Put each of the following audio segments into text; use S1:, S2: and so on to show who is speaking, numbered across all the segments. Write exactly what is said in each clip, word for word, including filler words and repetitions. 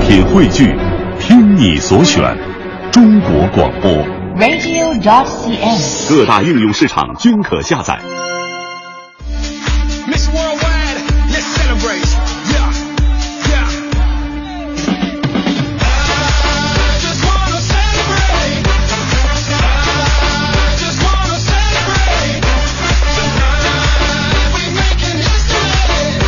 S1: 品汇聚，听你所选，中国广播
S2: radio dot c n，
S1: 各大应用市场均可下载。
S3: Miss Worldwide, let's celebrate. Yeah, yeah. I just wanna celebrate. I just wanna celebrate. Tonight we making history.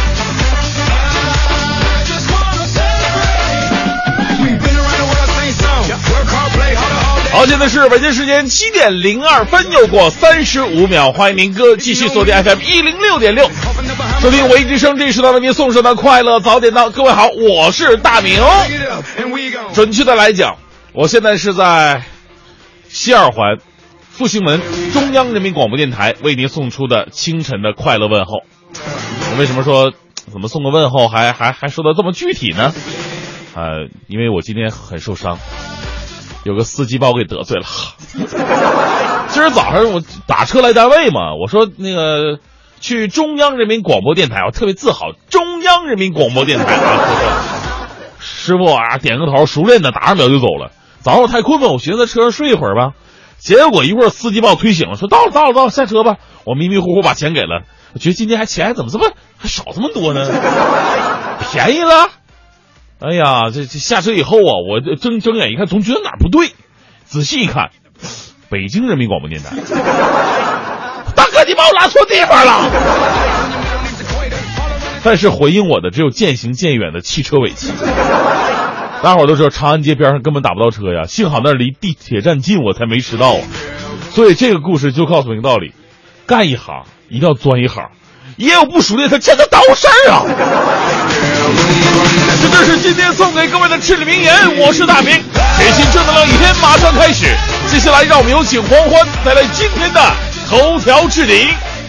S3: I just wanna celebrate. We've been around the world, sing song. Work hard, play harder all day.
S4: 好，现在是北京时间七点零二分，又过三十五秒，欢迎您哥继续锁定 F M 一零六点六。收听文艺之声，这时段为您送上的快乐早点到。各位好，我是大明。准确的来讲，我现在是在西二环复兴门中央人民广播电台为您送出的清晨的快乐问候。我为什么说怎么送个问候还还还说的这么具体呢？呃，因为我今天很受伤，有个司机把我给得罪了。今儿早上我打车来单位嘛，我说那个去中央人民广播电台，我特别自豪，中央人民广播电台啊！师傅啊，点个头，熟练的打上秒就走了。早上我太困了，我寻思在车上睡一会儿吧，结果一会儿司机把我推醒了，说到了到了到了，下车吧。我迷迷糊糊把钱给了，我觉得今天还钱怎么这么还少这么多呢？便宜了。哎呀，这这下车以后啊，我睁睁眼一看，总觉得哪儿不对，仔细一看，北京人民广播电台。大哥，你把我拉错地方了。但是回应我的只有渐行渐远的汽车尾气。大伙儿都知道长安街边上根本打不到车呀，幸好那离地铁站近，我才没迟到啊。所以这个故事就告诉我一个道理：干一行一定要钻一行，也有不熟练他欠的刀事儿啊。这就是今天送给各位的至理名言，我是大明。全新正能量一天马上开始，接下来让我们有请黄欢带来今天的头条置顶。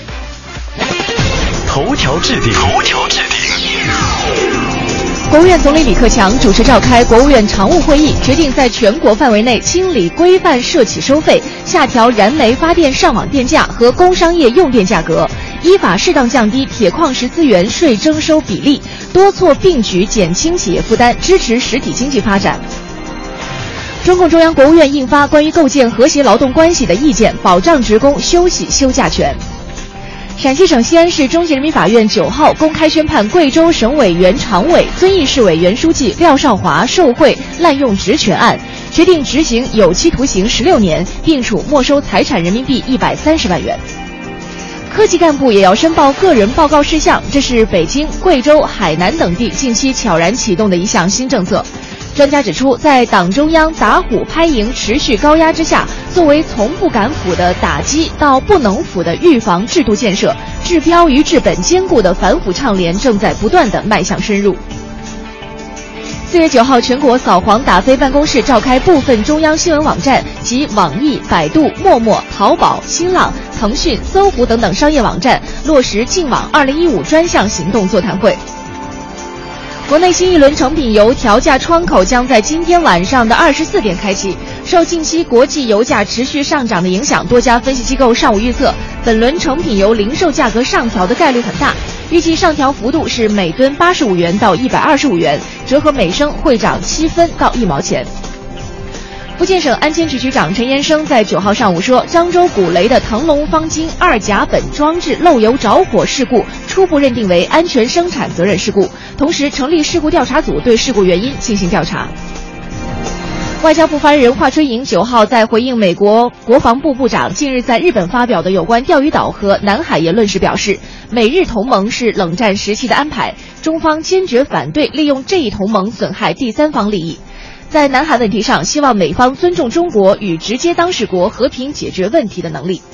S5: 头条置顶，头条置顶。
S6: 国务院总理李克强主持召开国务院常务会议，决定在全国范围内清理规范社企收费，下调燃煤发电上网电价和工商业用电价格，依法适当降低铁矿石资源税征收比例，多措并举减轻企业负担，支持实体经济发展。中共中央国务院印发关于构建和谐劳动关系的意见，保障职工休息休假权。陕西省西安市中级人民法院九号公开宣判贵州省委原常委、遵义市委原书记廖少华受贿滥用职权案，决定执行有期徒刑十六年，并处没收财产人民币一百三十万元。科级干部也要申报个人报告事项，这是北京、贵州、海南等地近期悄然启动的一项新政策。专家指出，在党中央打虎拍蝇持续高压之下，作为从不敢腐的打击到不能腐的预防制度建设，治标与治本兼顾的反腐倡廉正在不断地迈向深入。四月九号，全国扫黄打非办公室召开部分中央新闻网站及网易、百度、陌陌、淘宝、新浪、腾讯、搜狐等等商业网站落实净网二零一五专项行动座谈会。国内新一轮成品油调价窗口将在今天晚上的二十四点开启。受近期国际油价持续上涨的影响，多家分析机构上午预测，本轮成品油零售价格上调的概率很大，预计上调幅度是每吨八十五元到一百二十五元，折合每升会涨七分到一毛钱。福建省安监局局长陈延生在九号上午说，漳州古雷的腾龙方晶二甲苯装置漏油着火事故初步认定为安全生产责任事故，同时成立事故调查组对事故原因进行调查。外交部发言人华春莹九号在回应美国国防部部长近日在日本发表的有关钓鱼岛和南海言论时表示，美日同盟是冷战时期的安排，中方坚决反对利用这一同盟损害第三方利益。在南海问题上，希望美方尊重中国与直接当事国和平解决问题的能力。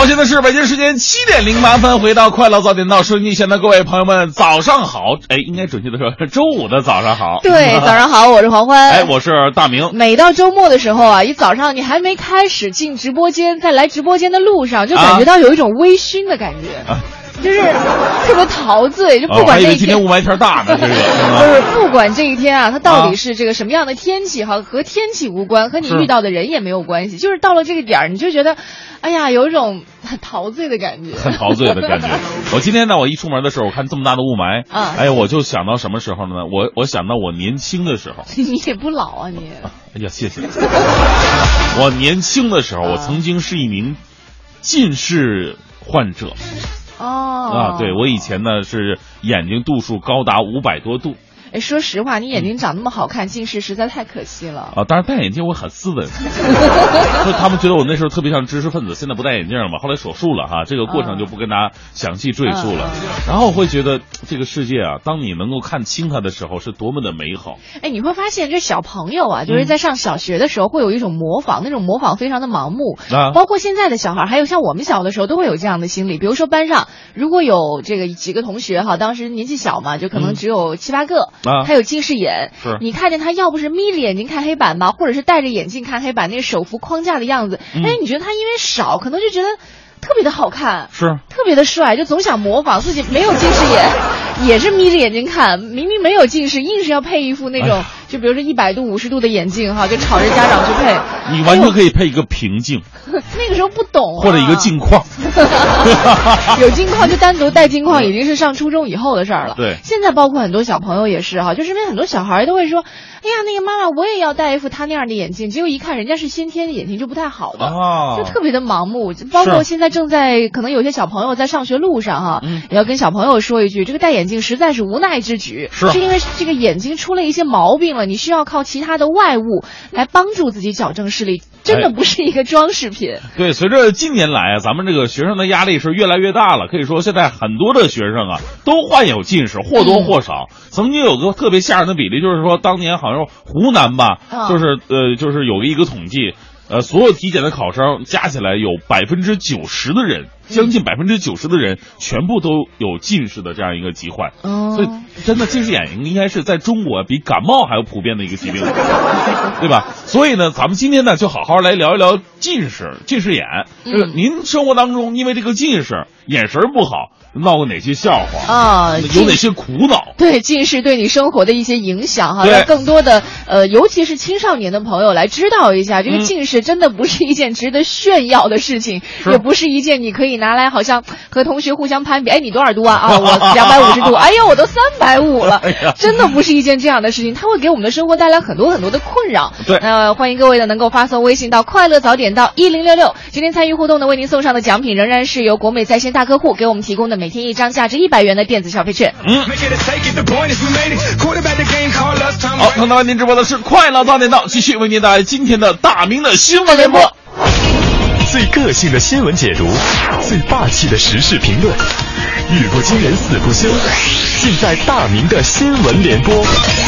S4: 好，现在是北京时间七点零八分，回到快乐早点到，收音机前的各位朋友们，早上好！哎，应该准确的说，周五的早上好。
S6: 对，早上好，我是黄欢。
S4: 哎，我是大明。
S6: 每到周末的时候啊，一早上你还没开始进直播间，在来直播间的路上，就感觉到有一种微醺的感觉。啊就是特别陶醉，就不管这一天、哦、
S4: 今天雾霾天大呢，这个
S6: 就是不管这一天啊，它到底是这个什么样的天气哈，和天气无关，和你遇到的人也没有关系，就是到了这个点儿，你就觉得，哎呀，有一种很陶醉的感觉，
S4: 很陶醉的感觉。我今天呢，我一出门的时候，我看这么大的雾霾，啊，哎，我就想到什么时候呢？我我想到我年轻的时候。
S6: 你也不老啊，你。
S4: 哎呀，谢谢。我年轻的时候，我曾经是一名近视患者。
S6: 哦
S4: 啊，对，我以前呢是眼睛度数高达五百多度。
S6: 哎，说实话，你眼睛长那么好看，近视实在太可惜了
S4: 啊！当然戴眼镜我很斯文，所以他们觉得我那时候特别像知识分子。现在不戴眼镜了嘛，后来手术了哈，这个过程就不跟大家详细赘述了。嗯、然后我会觉得这个世界啊，当你能够看清它的时候，是多么的美好。
S6: 哎，你会发现这小朋友啊，就是在上小学的时候会有一种模仿，嗯、那种模仿非常的盲目啊。包括现在的小孩，还有像我们小的时候都会有这样的心理。比如说班上如果有这个几个同学哈，当时年纪小嘛，就可能只有七八个。嗯啊，他有近视眼，
S4: 是
S6: 你看见他要不是眯着眼睛看黑板吧，或者是戴着眼镜看黑板，那个手扶框架的样子，嗯、哎，你觉得他因为少，可能就觉得特别的好看，
S4: 是
S6: 特别的帅，就总想模仿自己没有近视眼，也是眯着眼睛看，明明没有近视，硬是要配一副那种，哎、就比如说一百度、五十度的眼镜哈，就吵着家长去配。
S4: 你完全可以配一个平镜，
S6: 那个时候不懂、啊，
S4: 或者一个镜框，
S6: 有镜框就单独戴镜框，已经是上初中以后的事儿了。
S4: 对，
S6: 现在包括很多小朋友也是哈，就身边很多小孩都会说，哎呀，那个妈妈我也要戴一副他那样的眼镜，结果一看人家是先天的眼睛就不太好的，
S4: 哦、
S6: 就特别的盲目。包括现在正在可能有些小朋友在上学路上哈，嗯、也要跟小朋友说一句，这个戴眼镜实在是无奈之举，
S4: 是
S6: 是因为这个眼睛出了一些毛病了，你需要靠其他的外物来帮助自己矫正视力，真的不是一个装饰品。哎、
S4: 对，随着近年来啊，咱们这个学生的压力是越来越大了，可以说现在很多的学生啊都患有近视，或多或少。嗯、曾经有个特别吓人的比例，就是说当年好像湖南吧，哦、就是呃就是有一个统计。呃，所有体检的考生加起来有百分之九十的人，将近百分之九十的人全部都有近视的这样一个疾患。哦，所以真的近视眼应该是在中国比感冒还要普遍的一个疾病，对吧？所以呢，咱们今天呢就好好来聊一聊近视、近视眼。这个、嗯、您生活当中因为这个近视，眼神不好，闹过哪些笑话
S6: 啊？
S4: 有哪些苦恼？
S6: 对，近视对你生活的一些影响哈，让更多的呃，尤其是青少年的朋友来知道一下，这个近视真的不是一件值得炫耀的事情，嗯、也不是一件你可以拿来好像和同学互相攀比。哎，你多少度啊？啊，我两百五十度。哎呀，我都三百五了。哎呀，真的不是一件这样的事情，它会给我们的生活带来很多很多的困扰。
S4: 对，
S6: 呃，欢迎各位呢能够发送微信到快乐早点到一零六六。今天参与互动呢，为您送上的奖品仍然是由国美在线大客户给我们提供的每天一张价值一百元的电子消费券。
S4: 嗯。好，刚才为您直播的是快乐早点到，继续为您带来今天的大明的新闻联播。
S1: 最个性的新闻解读，最霸气的时事评论，语不惊人死不休，尽在大明的新闻联播。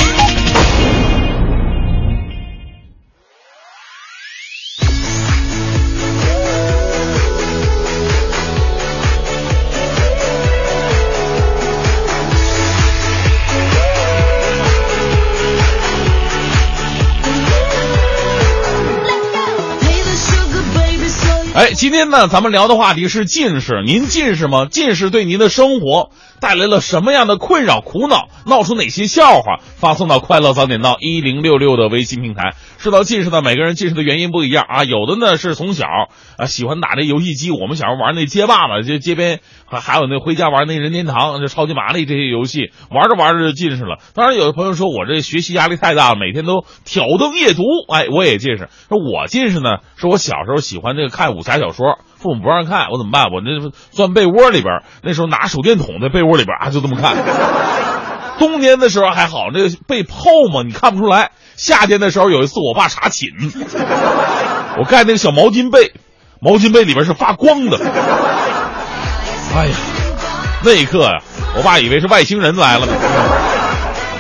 S4: 哎，今天呢，咱们聊的话题是近视。您近视吗？近视对您的生活带来了什么样的困扰、苦恼？闹出哪些笑话？发送到快乐早点到一零六六的微信平台。说到近视呢，每个人近视的原因不一样啊。有的呢是从小啊喜欢打这游戏机，我们小时候玩那街霸嘛，就街边还还有那回家玩那任天堂、这超级玛丽这些游戏，玩着玩着就近视了。当然，有的朋友说我这学习压力太大了，每天都挑灯夜读，哎，我也近视。说我近视呢，是我小时候喜欢这个看武侠小说，父母不让看，我怎么办？我那钻被窝里边，那时候拿手电筒在被窝里边啊，就这么看。冬天的时候还好，这个被泡嘛，你看不出来。夏天的时候，有一次我爸查寝，我盖那个小毛巾被，毛巾被里边是发光的。哎呀，那一刻呀、啊，我爸以为是外星人来了呢。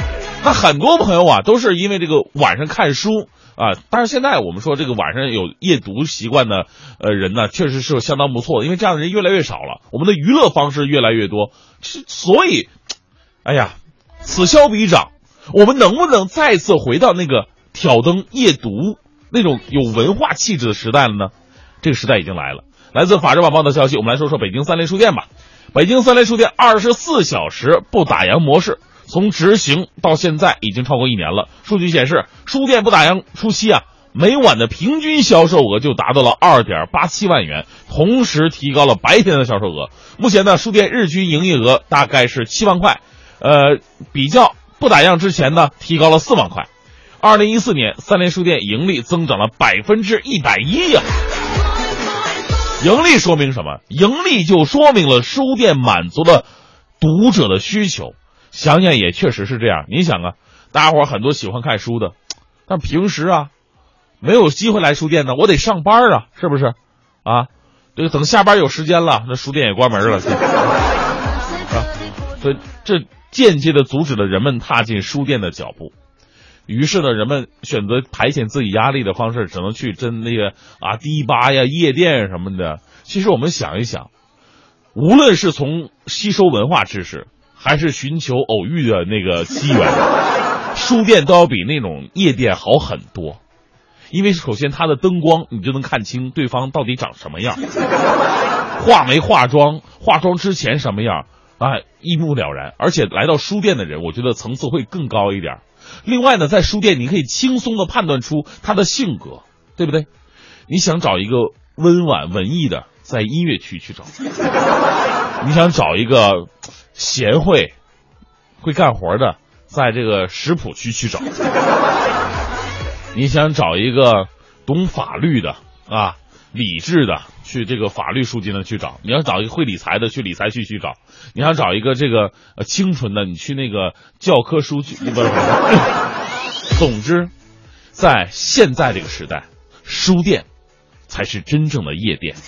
S4: 那很多朋友啊，都是因为这个晚上看书啊，但是现在我们说这个晚上有夜读习惯的呃人呢，确实是相当不错的，因为这样的人越来越少了，我们的娱乐方式越来越多，所以，哎呀，此消彼长，我们能不能再次回到那个挑灯夜读那种有文化气质的时代了呢？这个时代已经来了。来自法制晚报的消息，我们来说说北京三联书店吧。北京三联书店二十四小时不打烊模式从执行到现在已经超过一年了。数据显示，书店不打烊初期啊，每晚的平均销售额就达到了 二点八七万元，同时提高了白天的销售额。目前呢，书店日均营业额大概是七万块，呃，比较不打烊之前呢，提高了四万块。二零一四年，三联书店盈利增长了百分之一百一呀。盈利说明什么？盈利就说明了书店满足了读者的需求。想想也确实是这样。你想啊，大家伙很多喜欢看书的，但平时啊，没有机会来书店呢，我得上班啊，是不是？啊，这个等下班有时间了，那书店也关门了。啊，所以这间接的阻止了人们踏进书店的脚步。于是呢，人们选择排遣自己压力的方式，只能去真那个啊迪吧呀、夜店什么的。其实我们想一想，无论是从吸收文化知识，还是寻求偶遇的那个机缘，书店都要比那种夜店好很多。因为首先它的灯光，你就能看清对方到底长什么样，化没化妆，化妆之前什么样啊，一目了然。而且来到书店的人，我觉得层次会更高一点。另外呢，在书店你可以轻松的判断出他的性格，对不对？你想找一个温婉文艺的，在音乐区去找；你想找一个贤惠会干活的，在这个食谱区去找；你想找一个懂法律的啊，理智的，去这个法律书籍呢去找；你要找一个会理财的，去理财区去找；你想找一个这个呃清纯的，你去那个教科书去。不是，总之，在现在这个时代，书店才是真正的夜店。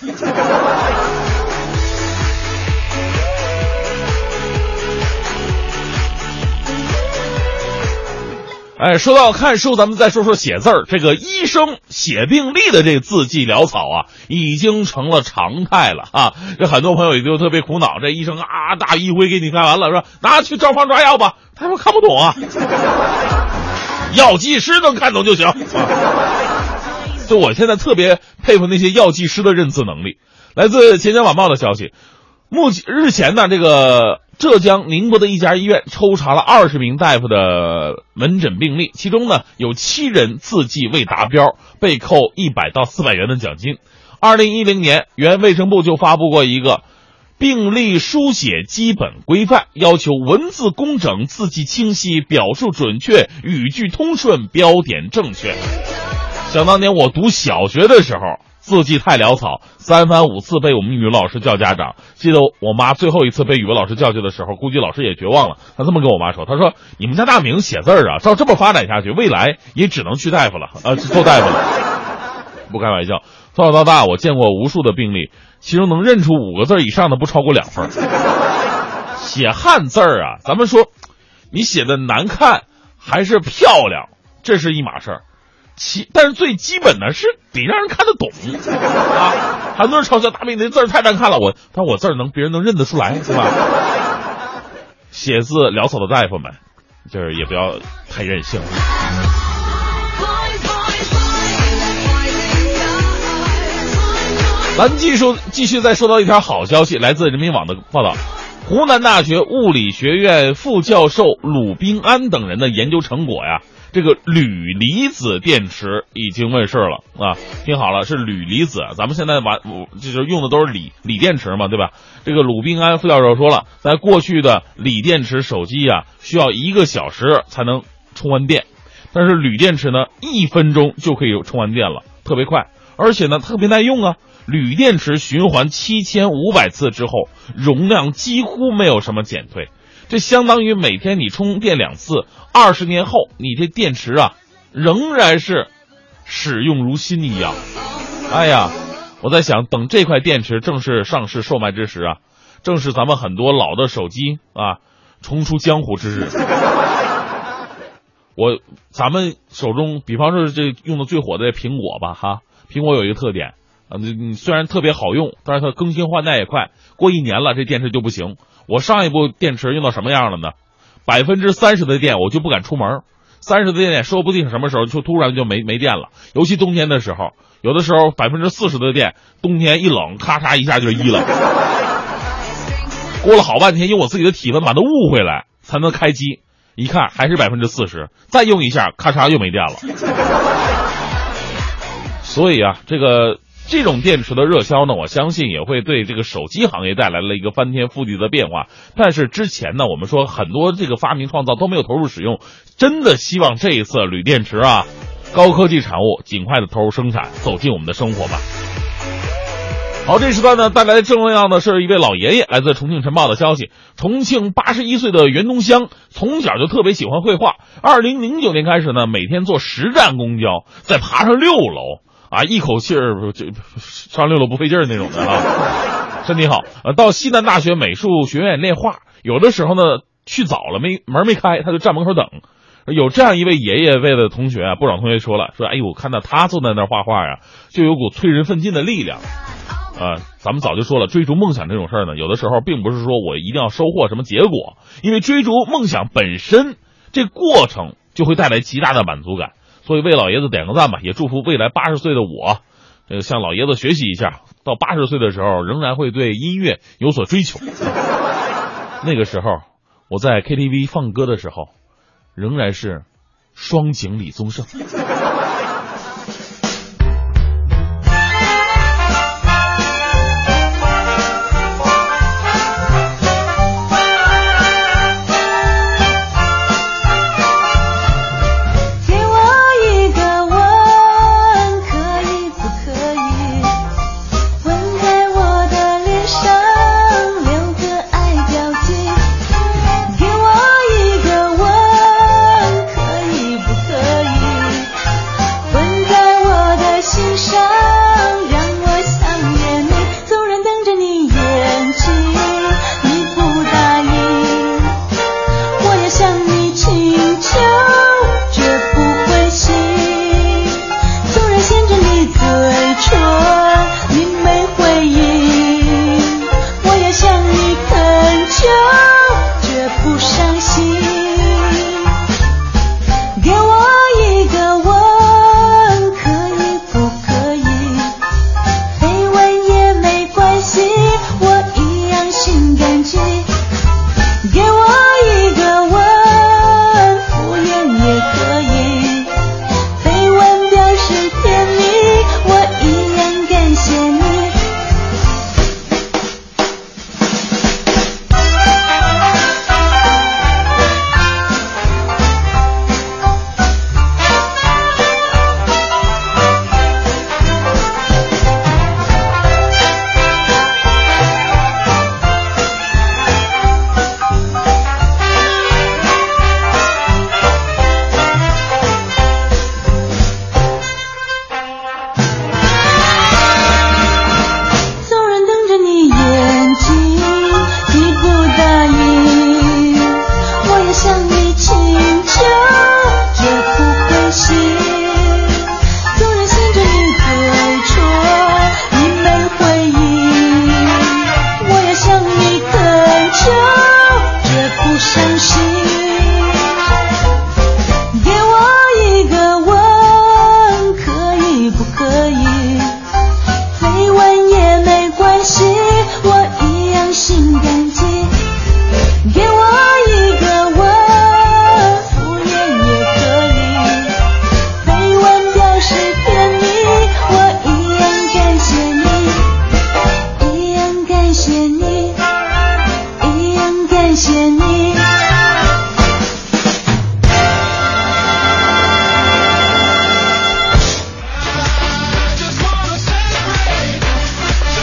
S4: 哎，说到看书，咱们再说说写字儿。这个医生写病历的这个字迹潦草啊，已经成了常态了啊！这很多朋友也就特别苦恼，这医生啊，大一回给你看完了，说拿去照方抓药吧，他说看不懂啊，药剂师能看懂就行。啊、就我现在特别佩服那些药剂师的认字能力。来自钱江晚报的消息，目日前呢，这个浙江宁波的一家医院抽查了二十名大夫的门诊病历，其中呢有七人字迹未达标，被扣一百到四百元的奖金。二零一零年，原卫生部就发布过一个病历书写基本规范，要求文字工整、字迹清晰、表述准确、语句通顺、标点正确。想当年我读小学的时候，字迹太潦草，三番五次被我们语文老师叫家长。记得我妈最后一次被语文老师叫去的时候，估计老师也绝望了。她这么跟我妈说，她说你们家大明写字啊，照这么发展下去，未来也只能去大夫了，呃，做大夫了。不开玩笑，从小到大我见过无数的病例，其中能认出五个字以上的不超过两分。写汉字啊，咱们说你写的难看还是漂亮，这是一码事儿。其但是最基本的是得让人看得懂啊！很多人嘲笑大明你的字太难看了，我他说我字能别人能认得出来，对吧？写字潦草的大夫们，就是也不要太任性。咱继续继续再说到一条好消息，来自人民网的报道。湖南大学物理学院副教授鲁宾安等人的研究成果呀，这个铝离子电池已经问世了啊！听好了，是铝离子，咱们现在玩就是用的都是锂锂电池嘛，对吧？这个鲁宾安副教授说了，在过去的锂电池手机啊，需要一个小时才能充完电，但是铝电池呢，一分钟就可以充完电了，特别快，而且呢特别耐用啊。铝电池循环七千五百次之后，容量几乎没有什么减退，这相当于每天你充电两次，二十年后你这电池啊仍然是使用如新一样。哎呀，我在想，等这块电池正式上市售卖之时啊，正是咱们很多老的手机啊重出江湖之日。 我咱们手中，比方说这用的最火的苹果吧，哈，苹果有一个特点啊，你虽然特别好用，但是它更新换代也快，过一年了这电池就不行。我上一部电池用到什么样了呢？百分之三十的电我就不敢出门，三十的电说不定什么时候就突然就没没电了，尤其冬天的时候，有的时候百分之四十的电，冬天一冷，咔嚓一下就一了。过了好半天，用我自己的体温把它捂回来才能开机，一看还是百分之四十，再用一下，咔嚓又没电了。所以啊，这个这种电池的热销呢，我相信也会对这个手机行业带来了一个翻天覆地的变化。但是之前呢，我们说很多这个发明创造都没有投入使用，真的希望这一次铝电池啊，高科技产物尽快的投入生产，走进我们的生活吧。好，这时段呢带来正能量的是一位老爷爷，来自重庆晨报的消息。重庆八十一岁的袁东湘从小就特别喜欢绘画，二零零九年开始呢，每天坐十站公交，再爬上六楼啊，一口气儿这上六楼不费劲儿那种的啊，身体好。呃，到西南大学美术学院练画，有的时候呢去早了没门没开，他就站门口等。有这样一位爷爷为了同学啊，不少同学说了，说哎呦，看到他坐在那儿画画呀，就有股催人奋进的力量。呃，咱们早就说了，追逐梦想这种事儿呢，有的时候并不是说我一定要收获什么结果，因为追逐梦想本身这过程就会带来极大的满足感。所以为老爷子点个赞吧，也祝福未来八十岁的我，这个向老爷子学习一下，到八十岁的时候仍然会对音乐有所追求。那个时候我在 K T V 放歌的时候，仍然是双井李宗盛。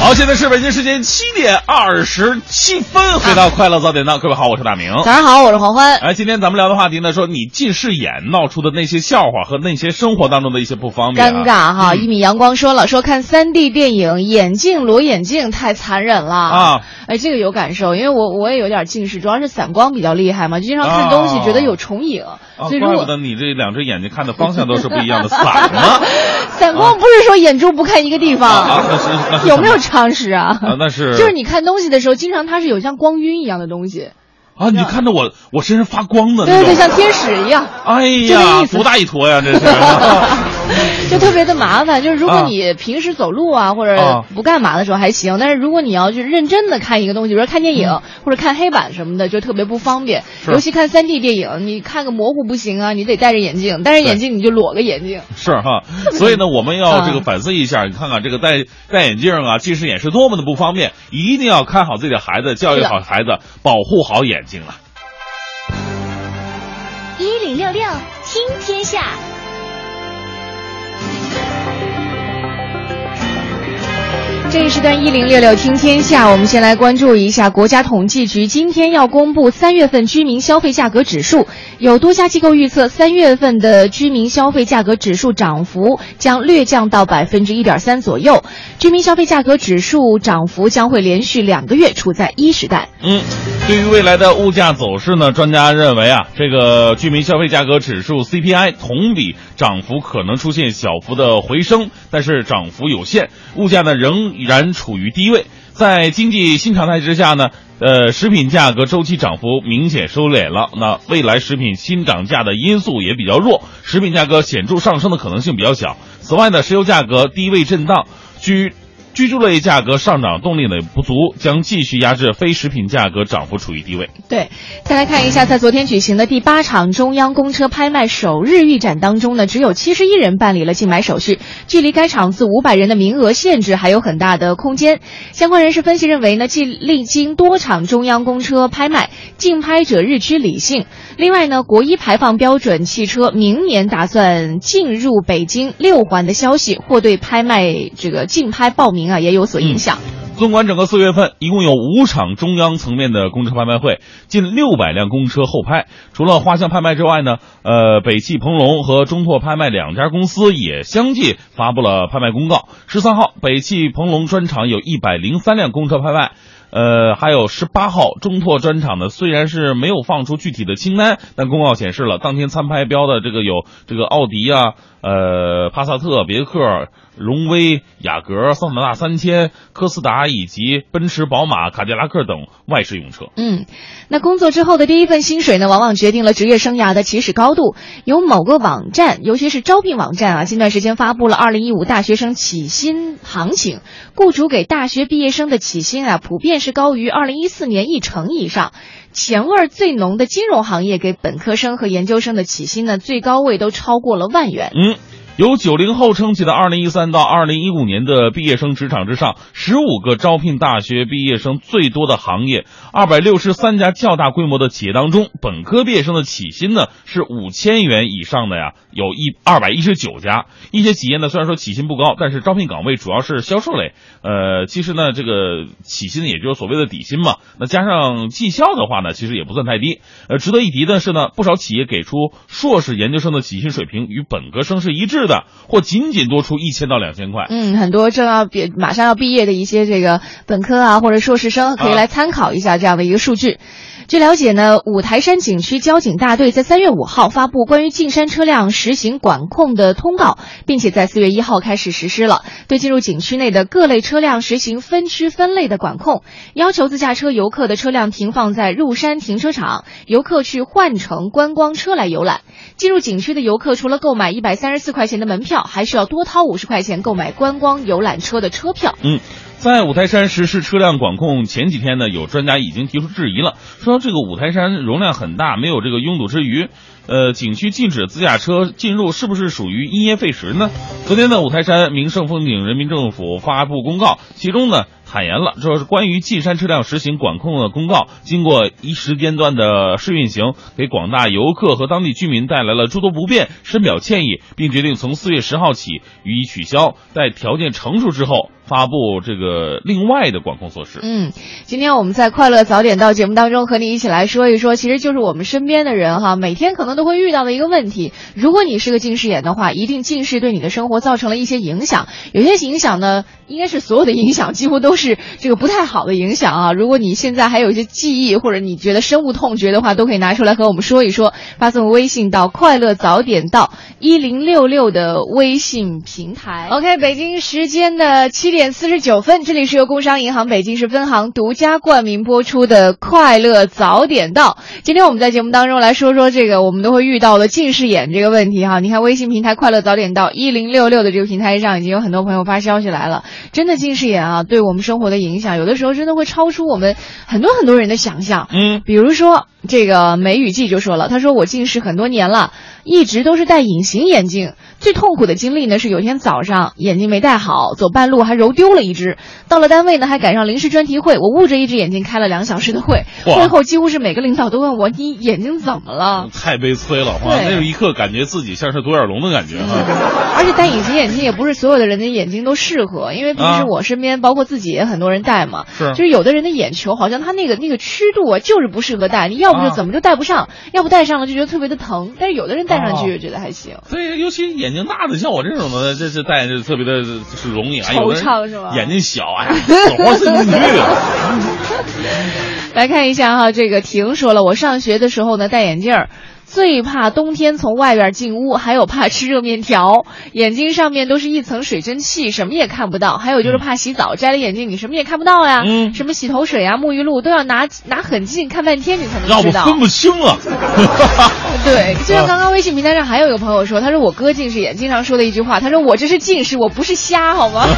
S4: 好，现在是北京时间七点二十七分，回到快乐早点到，各位好，我是大明。
S6: 早上好，我是黄欢。
S4: 哎，今天咱们聊的话题呢，说你近视眼闹出的那些笑话和那些生活当中的一些不方便、啊，
S6: 尴尬哈。
S4: 嗯、
S6: 一米阳光说了，说看三 D 电影，眼镜裸眼镜太残忍了
S4: 啊。
S6: 哎，这个有感受，因为我我也有点近视，主要是散光比较厉害嘛，就经常看东西觉得有重影，
S4: 啊、
S6: 所以如果
S4: 怪不得你这两只眼睛看的方向都是不一样的，散了。
S6: 散光不是说眼珠不看一个地方，
S4: 啊啊、那是那是
S6: 有没有常识啊？
S4: 啊，那是
S6: 就是你看东西的时候，经常它是有像光晕一样的东西。
S4: 啊！你看着我，我身上发光的那种，
S6: 对对，像天使一样。
S4: 哎呀，多大一坨呀，这是，
S6: 就特别的麻烦。就是如果你平时走路啊，或者不干嘛的时候还行，但是如果你要去认真的看一个东西，比如说看电影、嗯、或者看黑板什么的，就特别不方便。尤其看三 D 电影，你看个模糊不行啊，你得戴着眼镜，戴着眼镜你就裸个眼镜。
S4: 是哈，所以呢，我们要这个反思一下，你看看这个戴戴眼镜啊，近视眼是多么的不方便，一定要看好自己的孩子，教育好孩子，保护好眼睛了。
S7: 一零六六听天下。
S6: 这一时段一零六六听天下，我们先来关注一下国家统计局今天要公布三月份居民消费价格指数。有多家机构预测，三月份的居民消费价格指数涨幅将略降到百分之一点三左右，居民消费价格指数涨幅将会连续两个月处在一时代。
S4: 嗯，对于未来的物价走势呢，专家认为啊，这个居民消费价格指数 C P I 同比涨幅可能出现小幅的回升，但是涨幅有限，物价呢仍然处于低位。在经济新常态之下呢，呃，食品价格周期涨幅明显收敛了。那未来食品新涨价的因素也比较弱，食品价格显著上升的可能性比较小。此外呢，石油价格低位震荡，居居住类价格上涨动力呢不足，将继续压制非食品价格涨幅处于低位。
S6: 对，再来看一下，在昨天举行的第八场中央公车拍卖首日预展当中呢，只有七十一人办理了竞买手续，距离该场次五百人的名额限制还有很大的空间。相关人士分析认为呢，既历经多场中央公车拍卖，竞拍者日趋理性。另外呢，国一排放标准汽车明年打算进入北京六环的消息，或对拍卖这个竞拍报名啊也有所影响。
S4: 嗯，纵观整个四月份，一共有五场中央层面的公车拍卖会，近六百辆公车后拍。除了画像拍卖之外呢，呃，北汽鹏龙和中拓拍卖两家公司也相继发布了拍卖公告。十三号，北汽鹏龙专场有一百零三辆公车拍卖。呃，还有十八号中拓专场呢，虽然是没有放出具体的清单，但公告显示了当天参拍标的这个有这个奥迪啊、呃帕萨特、别克、荣威、雅阁、桑塔纳三千、科斯达以及奔驰、宝马、卡迪拉克等外饰用车。
S6: 嗯，那工作之后的第一份薪水呢，往往决定了职业生涯的起始高度。有某个网站，尤其是招聘网站啊，近段时间发布了二零一五大学生起薪行情，雇主给大学毕业生的起薪啊，普遍是高于二零一四年一成以上。钱味最浓的金融行业给本科生和研究生的起薪呢，最高位都超过了万元。
S4: 嗯。由九零后撑起的二零一三到二零一五年的毕业生职场之上，十五个招聘大学毕业生最多的行业，二百六十三家较大规模的企业当中，本科毕业生的起薪呢是五千元以上的呀，有一二百一十九家。一些企业呢虽然说起薪不高，但是招聘岗位主要是销售类，呃，其实呢这个起薪也就是所谓的底薪嘛，那加上绩效的话呢，其实也不算太低。呃，值得一提的是呢，不少企业给出硕士研究生的起薪水平与本科生是一致的，或仅仅多出一千到两千块。
S6: 嗯，很多正要毕马上要毕业的一些这个本科啊或者硕士生，可以来参考一下这样的一个数据。啊，据了解呢，五台山景区交警大队在三月五号发布关于进山车辆实行管控的通告，并且在四月一号开始实施了，对进入景区内的各类车辆实行分区分类的管控，要求自驾车游客的车辆停放在入山停车场，游客去换乘观光车来游览。进入景区的游客除了购买一百三十四块钱的门票，还需要多掏五十块钱购买观光游览车的车票。
S4: 嗯。在五台山实施车辆管控前几天呢，有专家已经提出质疑了，说这个五台山容量很大，没有这个拥堵之余，呃，景区禁止自驾车进入，是不是属于因噎废食呢？昨天呢，五台山名胜风景人民政府发布公告，其中呢坦言了，说是关于进山车辆实行管控的公告，经过一时间段的试运行，给广大游客和当地居民带来了诸多不便，深表歉意，并决定从四月十号起予以取消，在条件成熟之后发布这个另外的管控措施。
S6: 嗯，今天我们在快乐早点到节目当中和你一起来说一说，其实就是我们身边的人哈，每天可能都会遇到的一个问题。如果你是个近视眼的话，一定近视对你的生活造成了一些影响。有些影响呢，应该是所有的影响几乎都是这个不太好的影响啊。如果你现在还有一些记忆，或者你觉得深恶痛绝的话，都可以拿出来和我们说一说。发送微信到快乐早点到一零六六的微信平台。OK， 北京时间的七点四十九分，这里是由工商银行北京市分行独家冠名播出的快乐早点到。今天我们在节目当中来说说这个我们都会遇到的近视眼这个问题哈。你看微信平台快乐早点到一零六六的这个平台上，已经有很多朋友发消息来了。真的近视眼啊，对我们生活的影响，有的时候真的会超出我们很多很多人的想象。
S4: 嗯，
S6: 比如说这个梅雨季就说了，他说我近视很多年了，一直都是戴隐形眼镜。最痛苦的经历呢是有天早上眼镜没戴好，走半路还揉丢了一只。到了单位呢还赶上临时专题会，我捂着一只眼镜开了两小时的会。会后几乎是每个领导都问我你眼睛怎么了？
S4: 太悲催了哇！那一刻感觉自己像是独眼龙的感觉哈、
S6: 嗯。而且戴隐形眼镜也不是所有的人的眼睛都适合，因为平时我身边、啊、包括自己也很多人戴嘛，
S4: 是
S6: 就是有的人的眼球好像他那个那个曲度啊就是不适合戴，你要不就怎么就戴不上、啊、要不戴上了就觉得特别的疼，但是有的人戴上去就觉得还行。
S4: 对，尤其眼睛大的像我这种的，这是戴着特别的是容易，
S6: 惆怅是吧？
S4: 眼睛小，哎，死活塞进去了。
S6: 来看一下哈，这个婷说了，我上学的时候呢戴眼镜儿。最怕冬天从外边进屋，还有怕吃热面条，眼睛上面都是一层水蒸气，什么也看不到。还有就是怕洗澡，摘了眼镜你什么也看不到呀。
S4: 嗯，
S6: 什么洗头水啊、沐浴露都要拿拿很近看半天你才能知道，
S4: 要不分不清啊。
S6: 对，就像刚刚微信平台上还有一个朋友说，他说我哥近视眼，经常说的一句话，他说我这是近视，我不是瞎，好吗？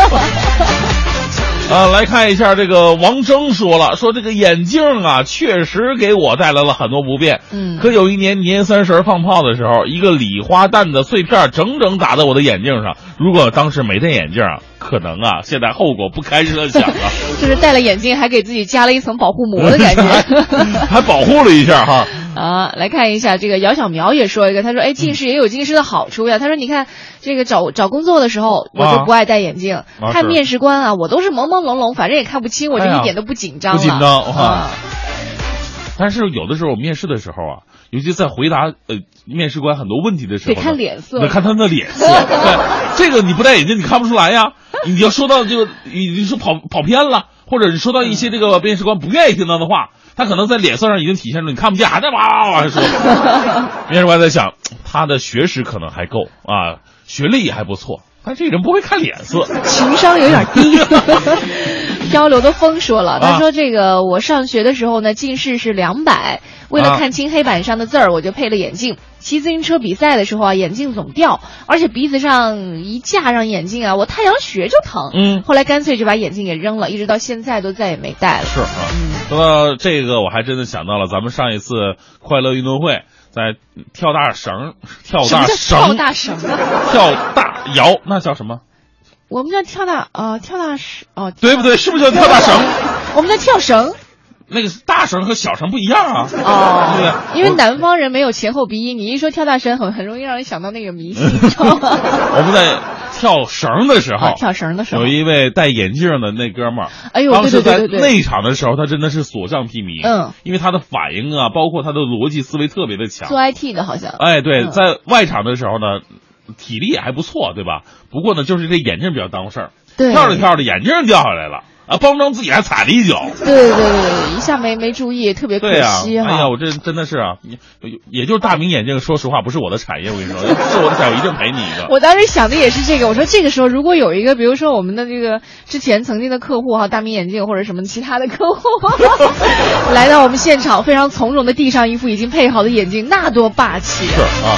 S4: 啊，来看一下这个王征说了，说这个眼镜啊，确实给我带来了很多不便。
S6: 嗯，
S4: 可有一年年三十放炮的时候，一个礼花弹的碎片整整打在我的眼镜上。如果当时没戴眼镜啊，可能啊，现在后果不堪设想啊。
S6: 就是戴了眼镜还给自己加了一层保护膜的感觉，
S4: 还保护了一下哈。
S6: 啊，来看一下这个姚小苗也说一个，他说哎，近视也有近视的好处呀。他说你看这个找找工作的时候，我就不爱戴眼镜，
S4: 啊、
S6: 看面试官啊，我都是朦朦胧胧，反正也看不清，我就一点都不紧张了。
S4: 不紧张哇、
S6: 啊！
S4: 但是有的时候我面试的时候啊，尤其在回答呃面试官很多问题的时候，
S6: 得看脸色，
S4: 得看他的脸色。对，这个你不戴眼镜你看不出来呀。你要说到这个，你你说跑跑偏了，或者你说到一些这个面试官不愿意听到的话。他可能在脸色上已经体现出你看不见，还在哇哇哇说。面试官在想，他的学识可能还够啊，学历也还不错，但这人不会看脸色，
S6: 情商有点低。漂流的风说了，他说这个我上学的时候呢，近视是两百，为了看清黑板上的字儿，我就配了眼镜。骑自行车比赛的时候啊，眼镜总掉，而且鼻子上一架上眼镜啊，我太阳穴就疼。
S4: 嗯，
S6: 后来干脆就把眼镜给扔了，一直到现在都再也没戴了。
S4: 是啊，说到这个，我还真的想到了咱们上一次快乐运动会，在跳大绳，跳大绳，
S6: 跳大绳，
S4: 跳大摇，那叫什么？
S6: 我们叫跳大呃跳大绳哦，
S4: 对不对？是不是叫跳大绳？
S6: 我们叫跳绳。
S4: 那个大绳和小绳不一样啊！
S6: 哦，
S4: 对不对？
S6: 因为南方人没有前后鼻音，你一说跳大绳，很很容易让人想到那个迷信，知道吗？
S4: 我们在跳绳的时候，
S6: 啊、跳绳的时候，
S4: 有一位戴眼镜的那哥们儿，
S6: 哎呦，
S4: 当时在
S6: 对对对对
S4: 内场的时候，他真的是所向披靡。
S6: 嗯，
S4: 因为他的反应啊，包括他的逻辑思维特别的强。
S6: 做 I T 的好像。
S4: 哎，对，
S6: 嗯、
S4: 在外场的时候呢，体力也还不错，对吧？不过呢，就是这眼镜比较耽误事儿。
S6: 对，
S4: 跳着跳着眼镜掉下来了。啊，邦邦自己还踩了一脚，
S6: 对对对对，一下没没注意，特别可惜
S4: 哈。哎呀，我这真的是啊，也也就是大明眼镜，说实话不是我的产业，我跟你说，是我的产业，我一定赔你一个。
S6: 我当时想的也是这个，我说这个时候如果有一个，比如说我们的这个之前曾经的客户哈，大明眼镜或者什么其他的客户来到我们现场，非常从容的递上一副已经配好的眼镜，那多霸气啊！
S4: 是啊。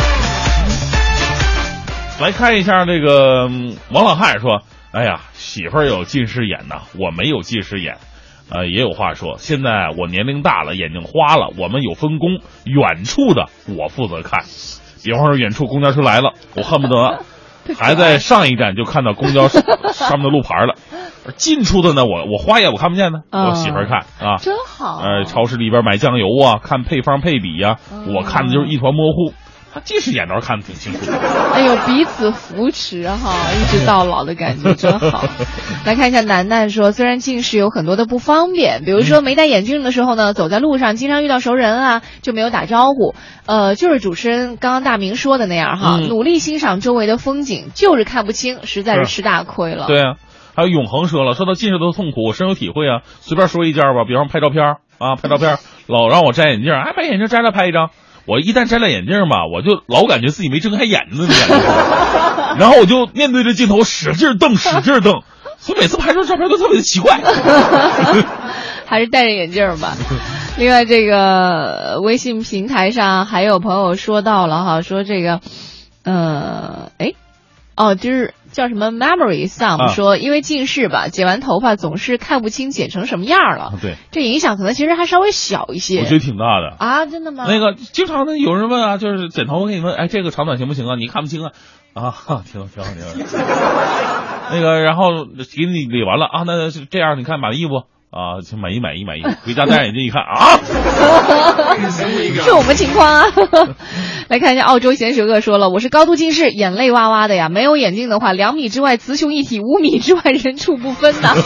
S4: 来看一下这个王老汉说。哎呀，媳妇儿有近视眼呐，我没有近视眼，呃，也有话说，现在我年龄大了，眼睛花了，我们有分工，远处的我负责看，比方说远处公交车来了，我恨不得还在上一站就看到公交上面的路牌了，而近处的呢，我我花眼我看不见呢，
S6: 哦、
S4: 我媳妇儿看啊，
S6: 真好。
S4: 呃，超市里边买酱油啊，看配方配比呀、啊，嗯、我看的就是一团模糊。 他近视眼倒是看得挺清楚的。
S6: 哎呦，彼此扶持哈，一直到老的感觉真好。来看一下楠楠说，虽然近视有很多的不方便，比如说没戴眼镜的时候呢，走在路上经常遇到熟人啊，就没有打招呼。呃，就是主持人刚刚大明说的那样哈，嗯、努力欣赏周围的风景，就是看不清，实在是吃大亏了。
S4: 对啊。还有永恒说了，说到近视的痛苦，我深有体会啊。随便说一件吧，比方拍照片啊，拍照片老让我摘眼镜，哎，把眼镜摘了拍一张。我一旦摘了眼镜吧，我就老感觉自己没睁开眼睛的感觉，然后我就面对着镜头使劲瞪，使劲瞪，所以每次拍出照片都特别的奇怪。
S6: 还是戴着眼镜吧。另外，这个微信平台上还有朋友说到了哈，说这个，呃，哎，哦，就是叫什么 Memory Sam、啊、说，因为近视吧，剪完头发总是看不清剪成什么样了。对，这影响可能其实还稍微小一些。
S4: 我觉得挺大的
S6: 啊，真的吗？
S4: 那个经常的有人问啊，就是剪头发给你问，哎，这个长短行不行啊？你看不清啊？啊，挺好挺好挺好。那个，然后给你理完了啊，那这样你看满意不？啊，就满意满意满意，回家戴上眼镜一看啊，
S6: 是我们情况啊。来看一下，澳洲咸水鳄说了，我是高度近视，眼泪哇哇的呀，没有眼镜的话，两米之外雌雄一体，五米之外人畜不分呐。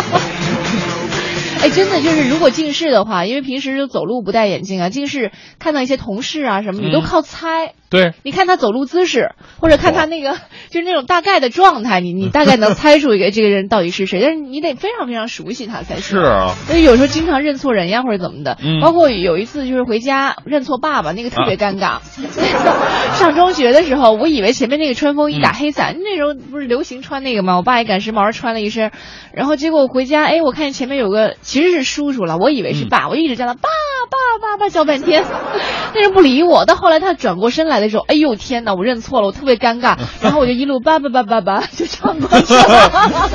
S6: 哎，真的就是如果近视的话，因为平时就走路不戴眼镜啊，近视看到一些同事啊什么，你都靠猜。嗯、
S4: 对，
S6: 你看他走路姿势，或者看他那个就是那种大概的状态，你你大概能猜出一个这个人到底是谁，但是你得非常非常熟悉他才
S4: 是啊。
S6: 所以有时候经常认错人呀，或者怎么的。
S4: 嗯。
S6: 包括有一次就是回家认错爸爸，那个特别尴尬。啊、上中学的时候，我以为前面那个穿风衣打黑伞，嗯、那时候不是流行穿那个吗？我爸也赶时髦穿了一身，然后结果我回家，哎，我看见前面有个其实是叔叔了，我以为是爸，嗯、我一直叫他爸爸爸爸叫半天，那人不理我。到后来他转过身来的时候，哎呦天哪，我认错了，我特别尴尬，然后我就一路爸爸爸爸爸就唱过去了，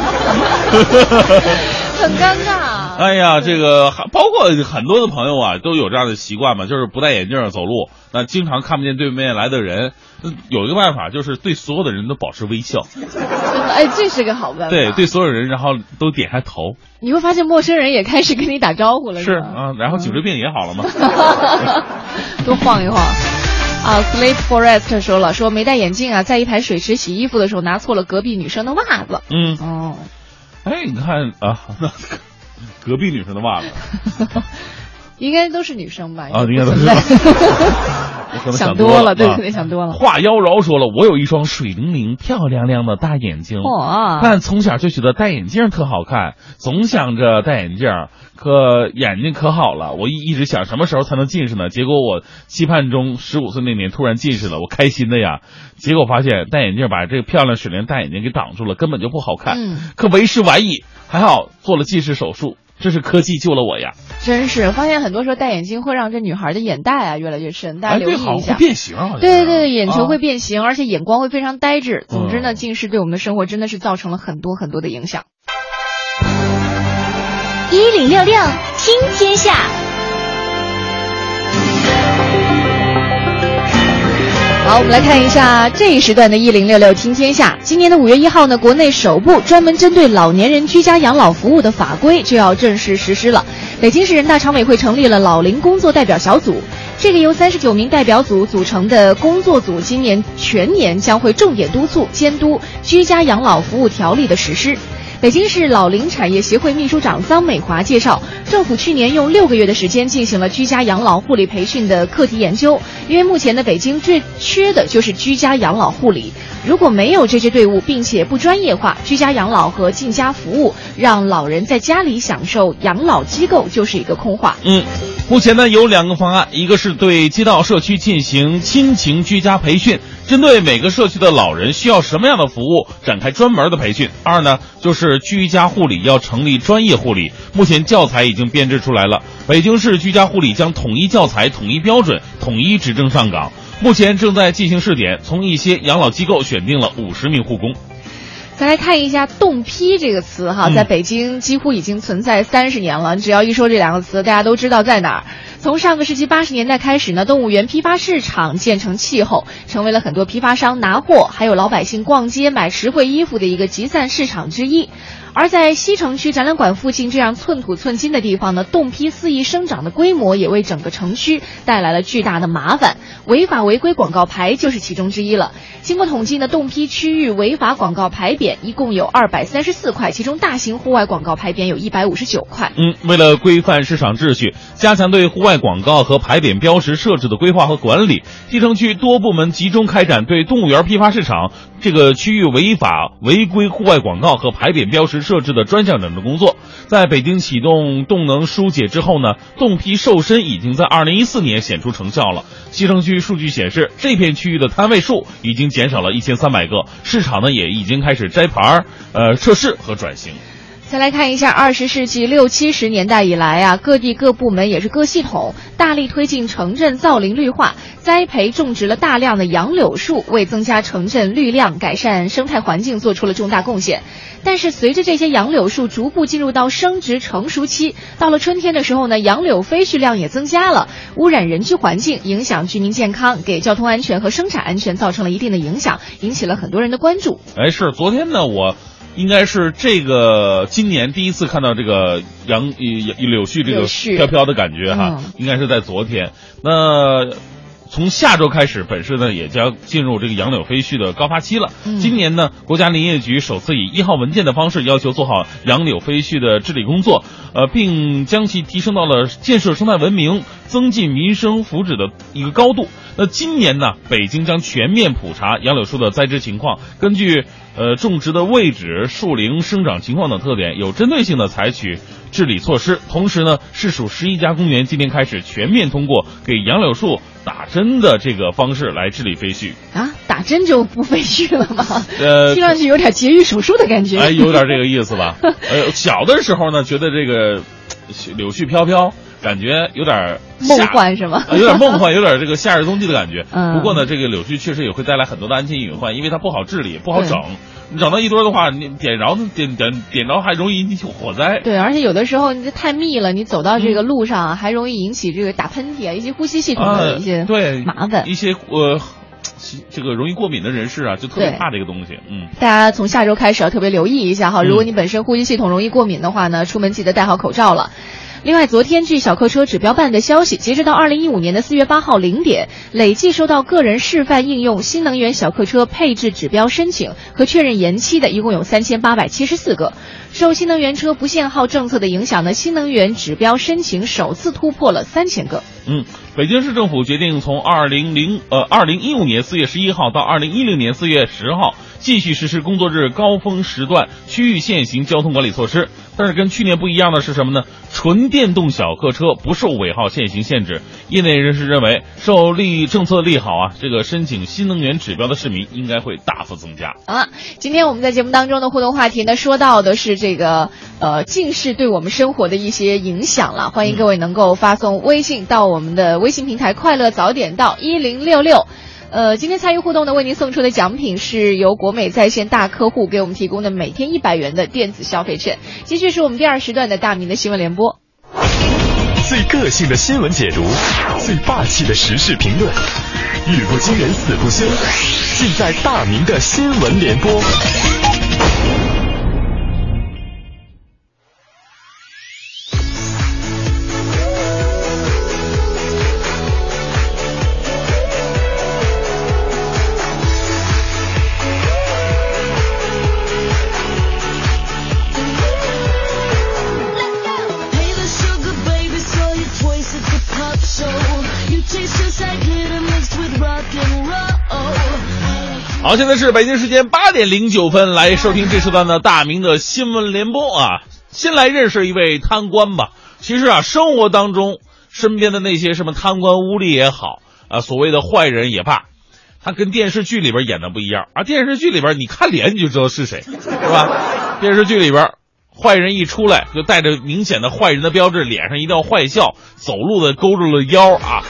S6: 很尴尬。
S4: 哎呀，这个包括很多的朋友啊，都有这样的习惯嘛，就是不戴眼镜走路，那经常看不见对面来的人。有一个办法，就是对所有的人都保持微笑。
S6: 真的，哎，这是个好办法。
S4: 对，对所有人，然后都点下头。
S6: 你会发现陌生人也开始跟你打招呼了。
S4: 是啊，然后颈椎病也好了嘛。
S6: 多晃一晃。啊 ，Sleep Forest 说了，说没戴眼镜啊，在一排水池洗衣服的时候拿错了隔壁女生的袜子。
S4: 嗯。
S6: 哦。
S4: 哎，你看啊，那隔壁女生的袜子。
S6: 应该都是女生吧？
S4: 啊，应该都是。
S6: 想多了，对对对，想多了。
S4: 话妖娆说了，我有一双水灵灵、漂亮亮的大眼睛，
S6: 哦、
S4: 但从小就觉得戴眼镜特好看，总想着戴眼镜，可眼睛可好了。我一一直想什么时候才能近视呢？结果我期盼中十五岁那年突然近视了，我开心的呀。结果发现戴眼镜把这个漂亮水灵大眼睛给挡住了，根本就不好看。
S6: 嗯，
S4: 可为时晚矣，还好做了近视手术。这是科技救了我呀！
S6: 真是，发现很多时候戴眼镜会让这女孩的眼袋啊越来越深，大家留意一下。
S4: 哎、对，好会变形啊！
S6: 对对对，眼球会变形，啊、而且眼光会非常呆滞。总之呢，近视对我们的生活真的是造成了很多很多的影响。
S7: 一零六六听天下。
S6: 好，我们来看一下这一时段的一零六六听天下。今年的五月一号呢，国内首部专门针对老年人居家养老服务的法规就要正式实施了。北京市人大常委会成立了老龄工作代表小组，这个由三十九名代表组组成的工作组，今年全年将会重点督促监督居家养老服务条例的实施。北京市老龄产业协会秘书长臧美华介绍，政府去年用六个月的时间进行了居家养老护理培训的课题研究，因为目前的北京最缺的就是居家养老护理，如果没有这支队伍，并且不专业化，居家养老和进家服务让老人在家里享受养老机构就是一个空话。
S4: 嗯，目前呢有两个方案，一个是对街道社区进行亲情居家培训，针对每个社区的老人需要什么样的服务展开专门的培训。二呢就是居家护理要成立专业护理，目前教材已经编制出来了，北京市居家护理将统一教材、统一标准、统一执证上岗，目前正在进行试点，从一些养老机构选定了五十名护工。
S6: 再来看一下冻批这个词哈，在北京几乎已经存在三十年了，只要一说这两个词大家都知道在哪儿。 从上个世纪八十年代开始呢，动物园批发市场渐成气候，成为了很多批发商拿货，还有老百姓逛街买实惠衣服的一个集散市场之一。而在西城区展览馆附近这样寸土寸金的地方呢，冻批肆意生长的规模也为整个城区带来了巨大的麻烦，违法违规广告牌就是其中之一了。经过统计呢，冻批区域违法广告牌匾一共有二百三十四块，其中大型户外广告牌匾有一百五十九块。
S4: 嗯，为了规范市场秩序，加强对户外广告和牌匾标识设置的规划和管理，西城区多部门集中开展对动物园批发市场这个区域违法违规户外广告和牌匾标识设置的专项整治工作。在北京启动动能疏解之后呢，冻批瘦身已经在二零一四年显出成效了。西城区数据显示，这片区域的摊位数已经减少了一千三百个，市场呢也已经开始摘牌、呃测试和转型。
S6: 再来看一下，二十世纪六七十年代以来啊，各地各部门也是各系统大力推进城镇造林绿化，栽培种植了大量的杨柳树，为增加城镇绿量、改善生态环境做出了重大贡献。但是随着这些杨柳树逐步进入到生殖成熟期，到了春天的时候呢，杨柳飞絮量也增加了，污染人居环境，影响居民健康，给交通安全和生产安全造成了一定的影响，引起了很多人的关注。
S4: 哎，是昨天呢，我应该是这个今年第一次看到这个杨呃柳絮这个飘飘的感觉哈，嗯、应该是在昨天。那从下周开始，本市呢也将进入这个杨柳飞絮的高发期了。嗯、今年呢，国家林业局首次以一号文件的方式要求做好杨柳飞絮的治理工作，呃，并将其提升到了建设生态文明、增进民生福祉的一个高度。那今年呢，北京将全面普查杨柳树的栽植情况，根据呃种植的位置、树龄、生长情况等特点，有针对性的采取治理措施。同时呢，市属十一家公园今天开始全面通过给杨柳树打针的这个方式来治理飞絮
S6: 啊，打针就不飞絮了吗？
S4: 呃，
S6: 听上去有点节育手术的感觉。
S4: 哎，有点这个意思吧。呃，小的时候呢，觉得这个柳絮飘飘，感觉有点
S6: 梦幻是吗？
S4: 有点梦幻，有点这个夏日冬季的感觉。
S6: 嗯。
S4: 不过呢，这个柳絮确实也会带来很多的安全隐患，因为它不好治理，不好整。你整到一堆的话，你点着点点点着还容易引起火灾。
S6: 对，而且有的时候你太密了，你走到这个路上、啊嗯、还容易引起这个打喷嚏啊，以及呼吸系统的一些
S4: 对
S6: 麻烦。
S4: 呃、一些呃。这个容易过敏的人士啊，就特别怕这个东西。嗯，
S6: 大家从下周开始要特别留意一下哈，如果你本身呼吸系统容易过敏的话呢，出门记得戴好口罩了。另外，昨天据小客车指标办的消息，截止到二零一五年的四月八号零点，累计收到个人示范应用新能源小客车配置指标申请和确认延期的，一共有三千八百七十四个。受新能源车不限号政策的影响呢，新能源指标申请首次突破了三千个。
S4: 嗯，北京市政府决定从二零零呃二零一五年四月十一号到二零一零年四月十号继续实施工作日高峰时段区域限行交通管理措施。但是跟去年不一样的是什么呢？纯电动小客车不受尾号限行限制。业内人士认为，受利政策利好啊，这个申请新能源指标的市民应该会大幅增加。
S6: 好了，今天我们在节目当中的互动话题呢，说到的是这个呃近视对我们生活的一些影响了。欢迎各位能够发送微信到我们的微信平台快乐早点到一零六六。呃，今天参与互动呢，为您送出的奖品是由国美在线大客户给我们提供的每天一百元的电子消费券。继续是我们第二时段的大明的新闻联播，
S1: 最个性的新闻解读，最霸气的时事评论，语不惊人死不休，尽在大明的新闻联播。
S4: 好，现在是北京时间八点零九分，来收听这时段的大明的新闻联播啊。先来认识一位贪官吧。其实啊，生活当中身边的那些什么贪官污吏也好啊，所谓的坏人也罢，他跟电视剧里边演的不一样啊。电视剧里边你看脸你就知道是谁，是吧？电视剧里边坏人一出来就带着明显的坏人的标志，脸上一定要坏笑，走路的勾住了腰啊，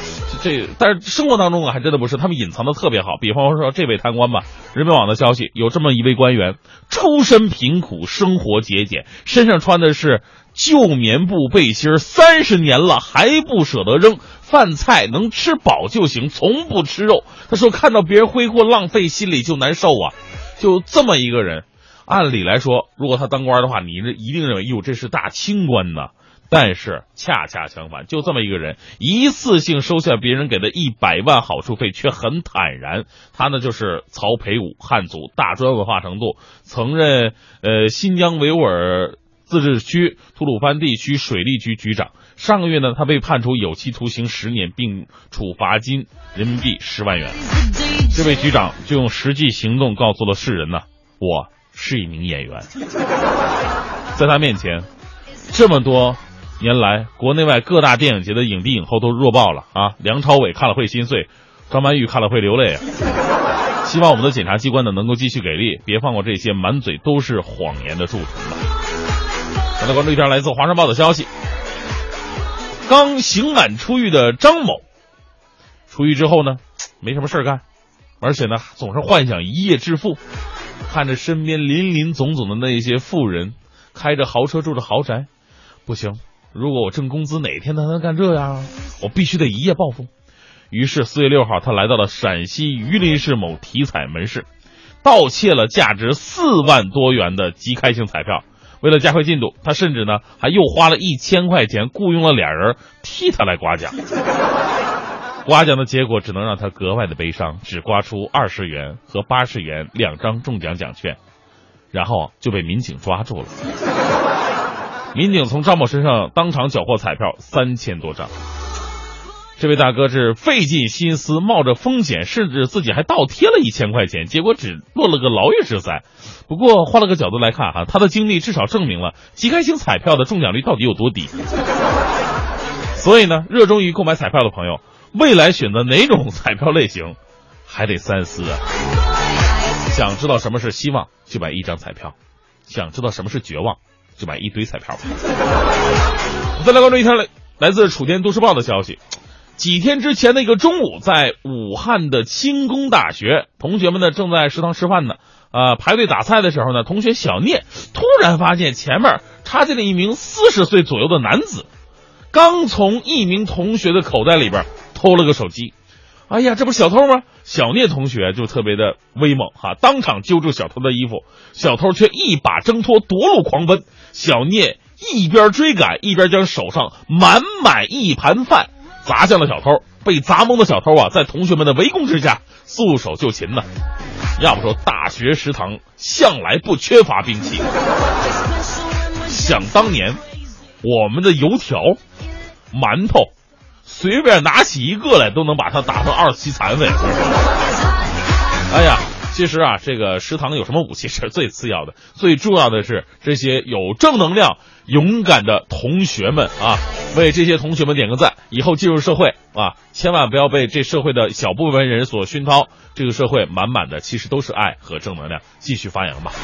S4: 这但是生活当中啊，还真的不是，他们隐藏的特别好。比方说这位贪官吧，人民网的消息有这么一位官员，出身贫苦，生活节俭，身上穿的是旧棉布背心，三十年了还不舍得扔，饭菜能吃饱就行，从不吃肉。他说看到别人挥霍浪费，心里就难受啊。就这么一个人，按理来说，如果他当官的话，你一定认为哟，这是大清官呢。但是恰恰相反，就这么一个人，一次性收下别人给的一百万好处费，却很坦然。他呢就是曹培武，汉族，大专文化程度，曾任呃新疆维吾尔自治区吐鲁番地区水利局局长。上个月呢，他被判处有期徒刑十年，并处罚金人民币十万元。这位局长就用实际行动告诉了世人呢，我是一名演员。在他面前，这么多年来，国内外各大电影节的影帝影后都弱爆了啊！梁朝伟看了会心碎，张曼玉看了会流泪啊！希望我们的检察机关呢能够继续给力，别放过这些满嘴都是谎言的蛀虫吧。再来关注一条来自《华商报》的消息：刚刑满出狱的张某，出狱之后呢，没什么事干，而且呢总是幻想一夜致富，看着身边林林总总的那些富人，开着豪车住着豪宅，不行。如果我挣工资，哪天他能干这样？我必须得一夜暴富。于是四月六号，他来到了陕西榆林市某体彩门市，盗窃了价值四万多元的即开型彩票。为了加快进度，他甚至呢还又花了一千块钱雇佣了俩人替他来刮奖。刮奖的结果只能让他格外的悲伤，只刮出二十元和八十元两张中奖奖券，然后就被民警抓住了。民警从张某身上当场缴获彩票三千多张。这位大哥是费尽心思，冒着风险，甚至自己还倒贴了一千块钱，结果只落了个牢狱之灾。不过换了个角度来看哈，他的经历至少证明了即开型彩票的中奖率到底有多低。所以呢，热衷于购买彩票的朋友，未来选择哪种彩票类型还得三思啊。想知道什么是希望，就买一张彩票；想知道什么是绝望，就买一堆彩票吧。我再来关注一条来来自楚天都市报的消息。几天之前的一个中午，在武汉的轻工大学，同学们呢正在食堂吃饭呢，呃，排队打菜的时候呢，同学小聂突然发现前面插进了一名四十岁左右的男子，刚从一名同学的口袋里边偷了个手机。哎呀，这不是小偷吗？小聂同学就特别的威猛哈，当场揪住小偷的衣服，小偷却一把挣脱，夺路狂奔。小聂一边追赶，一边将手上满满一盘饭砸向了小偷。被砸懵的小偷啊，在同学们的围攻之下束手就擒呢。要不说大学食堂向来不缺乏兵器。想当年，我们的油条、馒头，随便拿起一个来都能把他打成二期残废。哎呀，其实啊，这个食堂有什么武器是最次要的，最重要的是这些有正能量、勇敢的同学们啊，为这些同学们点个赞。以后进入社会啊，千万不要被这社会的小部分人所熏陶，这个社会满满的其实都是爱和正能量，继续发扬吧。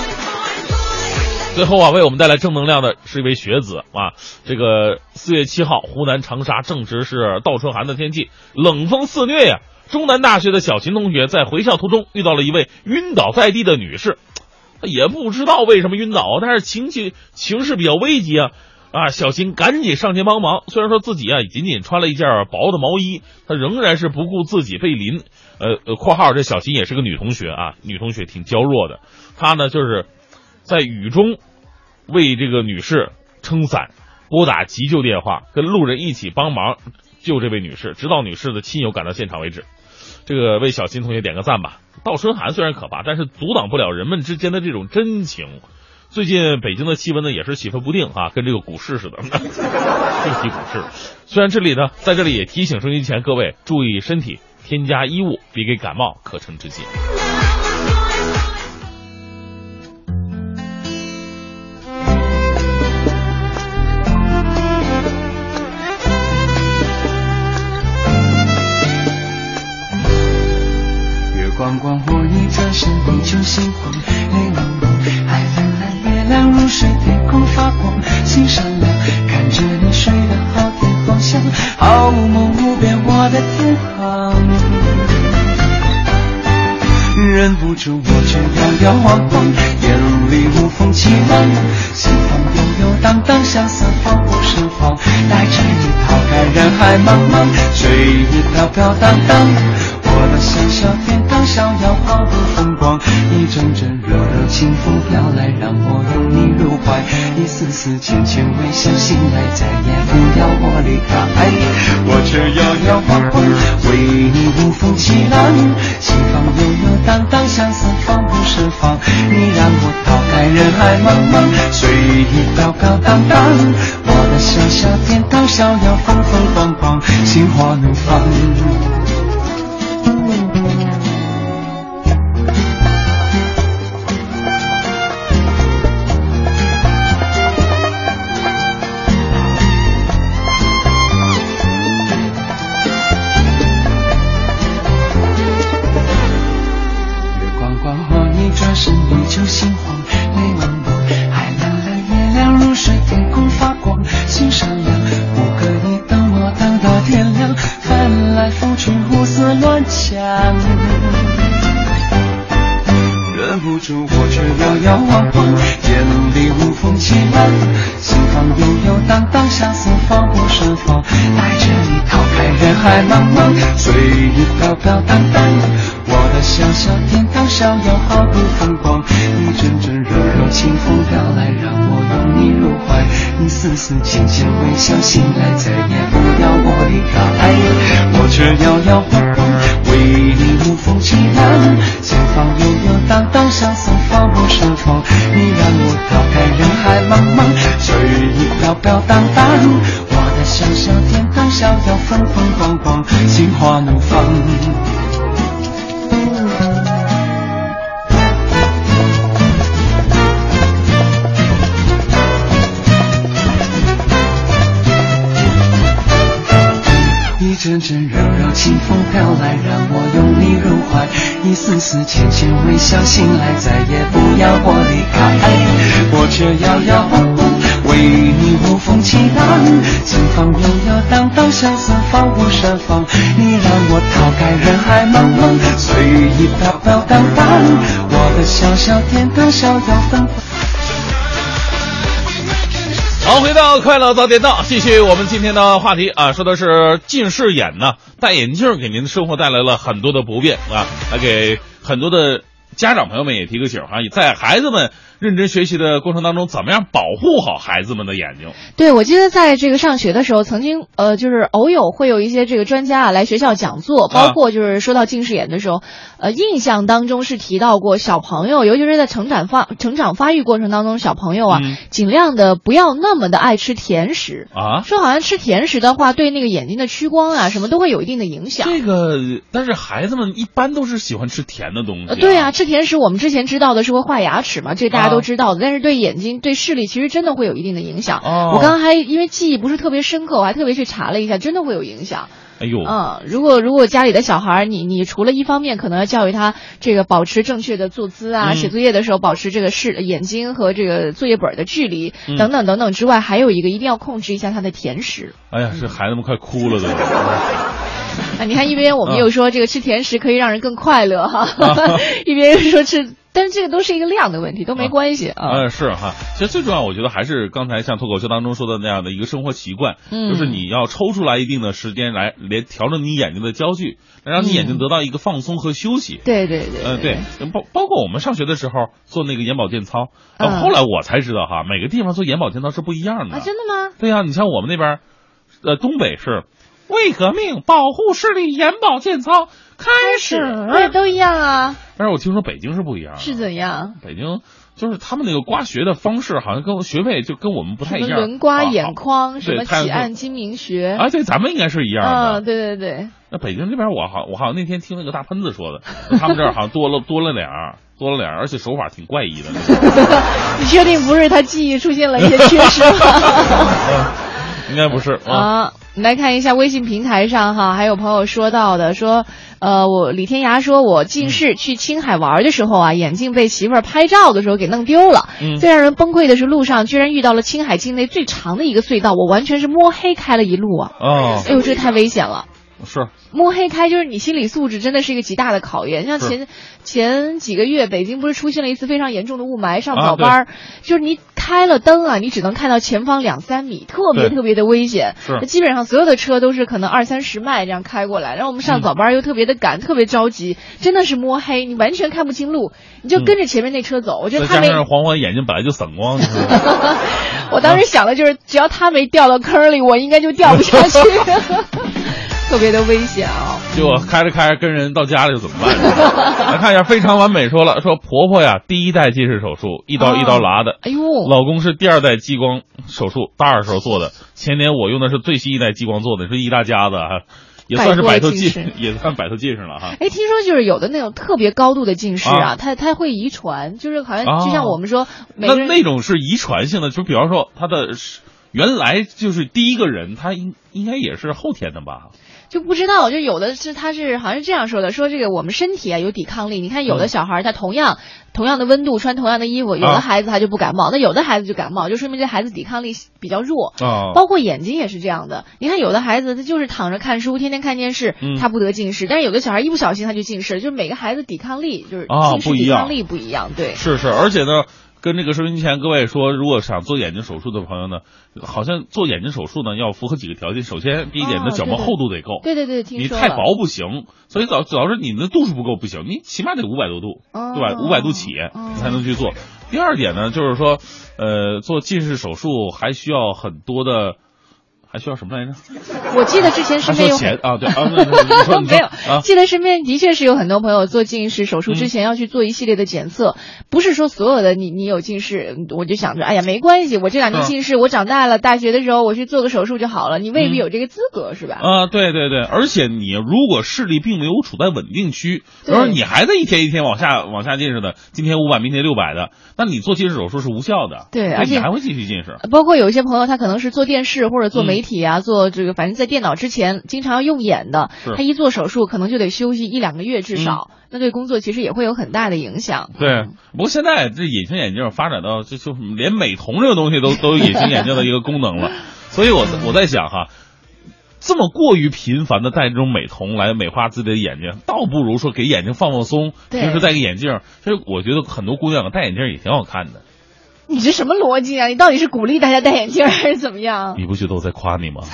S4: 最后啊，为我们带来正能量的是一位学子啊。这个四月七号，湖南长沙正值是倒春寒的天气，冷风肆虐呀。中南大学的小秦同学在回校途中遇到了一位晕倒在地的女士，也不知道为什么晕倒，但是情绪情势比较危急啊。啊，小秦赶紧上前帮忙。虽然说自己啊仅仅穿了一件薄的毛衣，他仍然是不顾自己被淋。呃呃，括号这小秦也是个女同学啊，女同学挺娇弱的。她呢就是在雨中为这个女士撑伞，拨打急救电话，跟路人一起帮忙救这位女士，直到女士的亲友赶到现场为止。这个为小秦同学点个赞吧。倒春寒虽然可怕，但是阻挡不了人们之间的这种真情。最近北京的气温呢也是起伏不定啊，跟这个股市似的。就提股市，虽然这里呢，在这里也提醒收音机前各位注意身体，添加衣物，别给感冒可乘之机。
S8: 光光我一转身，你就心慌，泪蒙蒙，海蓝蓝，月亮如水，天空发光，心闪亮，看着你睡得好甜好香，好梦无边我的天。 摇晃晃，眼里无风起浪，心房悠悠荡荡，相思放不胜放，带着你逃开人海茫茫，随意飘飘荡荡，我的小小天堂逍遥毫不风光，一阵阵柔柔清风飘来，让我拥你入怀，一丝丝浅浅微笑，醒来再也不要我离开，我却摇摇晃晃，为你无风起浪，心房悠悠荡荡，相思放不胜放，你让我逃开人海茫茫，随意飘飘荡荡，我的小小天堂逍遥风风光光，心花怒放。是依旧心慌，泪汪汪，海蓝蓝，月亮如水，天空发光，心上扬，不可以等我等到天亮，翻来覆去胡思乱想，忍不住我却摇摇晃晃，眼里无风起浪，心房悠悠荡荡，相思放不胜放，带着你逃开人海茫茫，随意飘飘荡荡，我的小小天堂逍遥毫不风光，一阵阵柔柔清风飘来，让我拥你入怀，一丝丝浅浅微笑，醒来再也不要我离开，我却摇摇晃晃，为你无风起浪，心房悠悠荡荡，相思放不胜放，你让我逃开人海茫茫，随意飘飘荡荡，我的小小天堂逍遥风风光光，心花怒放。一阵阵柔柔清风飘来，让我拥你入怀，一丝丝浅浅微笑，醒来再也不要我离开，我却摇摇晃晃，为你无风起浪，心房悠悠荡荡，相思放不胜放，你让我逃开人海茫茫，随意飘飘荡荡，我的小小天堂逍遥风。
S4: 好，回到快乐早点到，继续我们今天的话题啊，说的是近视眼呢，戴眼镜给您的生活带来了很多的不便啊，来给很多的家长朋友们也提个醒哈，在孩子们认真学习的过程当中，怎么样保护好孩子们的眼睛？
S6: 对，我记得在这个上学的时候，曾经呃，就是偶有会有一些这个专家啊来学校讲座，包括就是说到近视眼的时候，呃，印象当中是提到过小朋友，尤其是在成长发成长发育过程当中，小朋友啊，嗯、尽量的不要那么的爱吃甜食啊，说好像吃甜食的话，对那个眼睛的屈光啊什么都会有一定的影响。
S4: 这个，但是孩子们一般都是喜欢吃甜的东西、啊呃。
S6: 对啊，吃甜食我们之前知道的是会坏牙齿嘛，这大家都知道的，啊、但是对眼睛对视力其实真的会有一定的影响。哦，我刚刚还因为记忆不是特别深刻，我还特别去查了一下，真的会有影响。
S4: 哎呦，
S6: 嗯，如果如果家里的小孩，你你除了一方面可能要教育他这个保持正确的坐姿啊，嗯、写作业的时候保持这个视眼睛和这个作业本的距离、嗯、等等等等之外，还有一个一定要控制一下他的甜食。
S4: 哎呀，这孩子们快哭了都。
S6: 啊，你看一边我们又说这个吃甜食可以让人更快乐哈，啊、一边又说吃。但是这个都是一个量的问题，都没关系啊。
S4: 嗯、啊，是哈。其实最重要，我觉得还是刚才像脱口秀当中说的那样的一个生活习惯，嗯，就是你要抽出来一定的时间来连调整你眼睛的焦距，让你眼睛得到一个放松和休息。
S6: 嗯、对对对，
S4: 嗯、呃，对，包包括我们上学的时候做那个眼保健操，呃、嗯，后来我才知道哈，每个地方做眼保健操是不一样的。
S6: 啊，真的吗？
S4: 对呀、啊，你像我们那边，呃，东北是为革命保护视力眼保健操开始，
S6: 对，都一样啊。
S4: 但是我听说北京是不一样的，
S6: 是怎样？
S4: 北京就是他们那个刮学的方式，好像跟学位就跟我们不太一样。
S6: 什么轮刮眼眶，
S4: 啊、
S6: 什么起按睛明学
S4: 啊，对，咱们应该是一样的。
S6: 啊，对对对。
S4: 那北京这边我好，我好像那天听那个大喷子说的，他们这儿好像多了多了俩，多了俩，而且手法挺怪异的。
S6: 你确定不是他记忆出现了一些缺失吗？
S4: 应该不是啊。
S6: 啊，来看一下微信平台上哈，还有朋友说到的，说呃，我李天涯说我近视去青海玩的时候啊，眼镜被媳妇儿拍照的时候给弄丢了。嗯，最让人崩溃的是路上居然遇到了青海境内最长的一个隧道，我完全是摸黑开了一路啊。哦，哎呦，这太危险了。
S4: 是
S6: 摸黑开，就是你心理素质真的是一个极大的考验。像前前几个月，北京不是出现了一次非常严重的雾霾，上早班、啊、就是你开了灯啊，你只能看到前方两三米，特别特别的危险。
S4: 是，
S6: 基本上所有的车都是可能二三十迈这样开过来，然后我们上早班又特别的赶，嗯、特别着急，真的是摸黑，你完全看不清路，你就跟着前面那车走。嗯、我觉得他没，
S4: 加上黄黄眼睛本来就散光。
S6: 我当时想的就是，只要他没掉到坑里，我应该就掉不下去。特别的危险啊！
S4: 结果开着开着跟人到家里怎么办？来看一下，非常完美说了，说婆婆呀，第一代近视手术，一刀一刀拉的。
S6: 啊、哎呦，
S4: 老公是第二代激光手术，大二时候做的。前年我用的是最新一代激光做的，是一大家子哈。也算是摆脱近视，也算摆脱近视了哈。
S6: 哎，听说就是有的那种特别高度的近视啊，它它会遗传，就是好像就像我们说，每个人
S4: 那那种是遗传性的，就比方说他的原来就是第一个人，他应应该也是后天的吧？
S6: 就不知道，就有的是他是好像是这样说的，说这个我们身体啊有抵抗力。你看有的小孩他同样、嗯、同样的温度穿同样的衣服，有的孩子他就不感冒，啊、那有的孩子就感冒，就说明这孩子抵抗力比较弱。
S4: 啊，
S6: 包括眼睛也是这样的。你看有的孩子他就是躺着看书，天天看电视，嗯、他不得近视，但是有的小孩一不小心他就近视，就是每个孩子抵抗力就是近视抵抗力不一样，啊、对，
S4: 是是，而且呢。跟这个收音机前各位说，如果想做眼睛手术的朋友呢，好像做眼睛手术呢要符合几个条件。首先，第一点，你的角膜厚度得够，
S6: 对对对，听说
S4: 你太薄不行。所以早主要是你的度数不够不行，你起码得五百多度，
S6: 哦、
S4: 对吧？五百度起，哦、你才能去做。第二点呢，就是说，呃，做近视手术还需要很多的。还需要什么来着？
S6: 我记得之前身边有
S4: 钱啊，对啊，你说
S6: 没有
S4: 啊？
S6: 记得身边的确是有很多朋友做近视手术之前要去做一系列的检测，嗯、不是说所有的你你有近视，我就想着哎呀没关系，我这两年近视，我长大了，大学的时候我去做个手术就好了，你未必有这个资格，嗯、是吧？
S4: 啊，对对对，而且你如果视力并没有处在稳定区，比如说你还在一天一天往下往下近视的，今天五百，明天六百的，那你做近视手术是无效的，
S6: 对，而且
S4: 你还会继续近视。
S6: 包括有一些朋友他可能是做电视或者做媒体。媒体啊，做这个反正在电脑之前经常要用眼的，他一做手术可能就得休息一两个月至少，嗯、那对工作其实也会有很大的影响。
S4: 对，不过现在这隐形眼镜发展到就就连美瞳这个东西都都有隐形眼镜的一个功能了，所以我我在想哈，这么过于频繁的戴这种美瞳来美化自己的眼睛，倒不如说给眼睛放放松，平时戴个眼镜。所以我觉得很多姑娘戴眼镜也挺好看的。
S6: 你这什么逻辑啊？你到底是鼓励大家戴眼镜还是怎么样？
S4: 你不觉得我在夸你吗？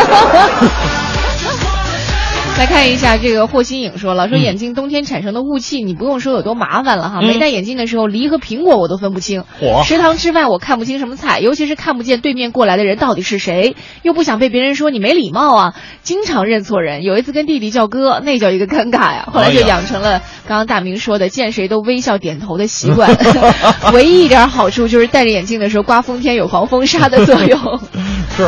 S6: 来看一下这个霍新颖说了，说眼镜冬天产生的雾气，你不用说有多麻烦了哈。嗯、没戴眼镜的时候，梨和苹果我都分不清。食堂吃饭我看不清什么菜，尤其是看不见对面过来的人到底是谁，又不想被别人说你没礼貌啊，经常认错人。有一次跟弟弟叫哥，那叫一个尴尬呀。后来就养成了刚刚大明说的见谁都微笑点头的习惯。唯一一点好处就是戴着眼镜的时候，刮风天有防风沙的作用。
S4: 是。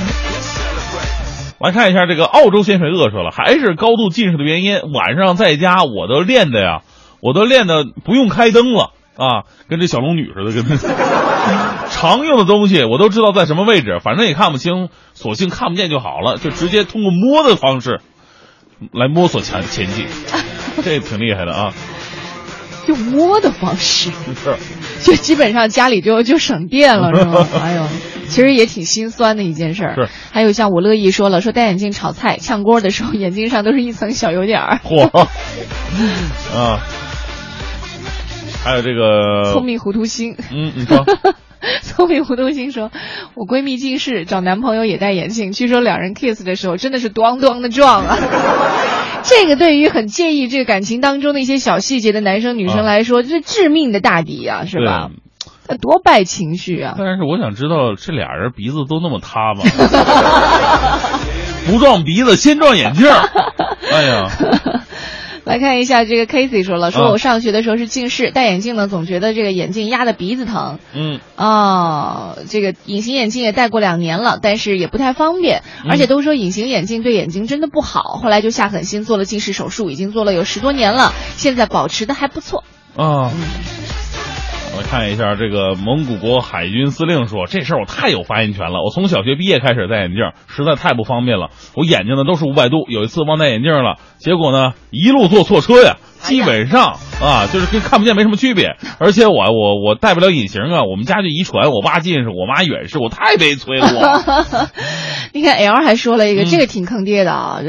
S4: 来看一下这个澳洲咸水鳄说了，还是高度近视的原因。晚上在家我都练的呀，我都练的不用开灯了啊，跟这小龙女似的，跟常用的东西我都知道在什么位置，反正也看不清，索性看不见就好了，就直接通过摸的方式来摸索前前进，这挺厉害的啊。
S6: 用摸的方式，
S4: 是，
S6: 就基本上家里就就省电了，是吗？哎呦，其实也挺心酸的一件事儿。
S4: 是，
S6: 还有像我乐意说了，说戴眼镜炒菜炝锅的时候，眼睛上都是一层小油点儿。
S4: 嚯，啊，还有这个
S6: 聪明糊涂星，
S4: 嗯，你说。
S6: 聪明糊涂星说，我闺蜜近视，找男朋友也戴眼镜，据说两人 kiss 的时候真的是咣咣的撞啊。这个对于很介意这个感情当中的一些小细节的男生女生来说，这、啊、是致命的大敌啊，是吧？他多败情绪啊！
S4: 但是我想知道，这俩人鼻子都那么塌吗？不撞鼻子先撞眼镜。哎呀。
S6: 来看一下这个 Casey 说了，说我上学的时候是近视，戴眼镜呢总觉得这个眼镜压的鼻子疼。
S4: 嗯，
S6: 哦，这个隐形眼镜也戴过两年了，但是也不太方便，而且都说隐形眼镜对眼睛真的不好，后来就下狠心做了近视手术，已经做了有十多年了，现在保持的还不错。
S4: 啊。嗯，我看一下这个蒙古国海军司令说，这事儿我太有发言权了，我从小学毕业开始戴眼镜，实在太不方便了，我眼睛呢都是五百度，有一次忘戴眼镜了，结果呢一路坐错车呀，基本上啊就是跟看不见没什么区别，而且我我我戴不了隐形啊，我们家就遗传，我爸近视，我妈远视，我太悲催了我。
S6: 你看 L 还说了一个、嗯、这个挺坑爹的啊，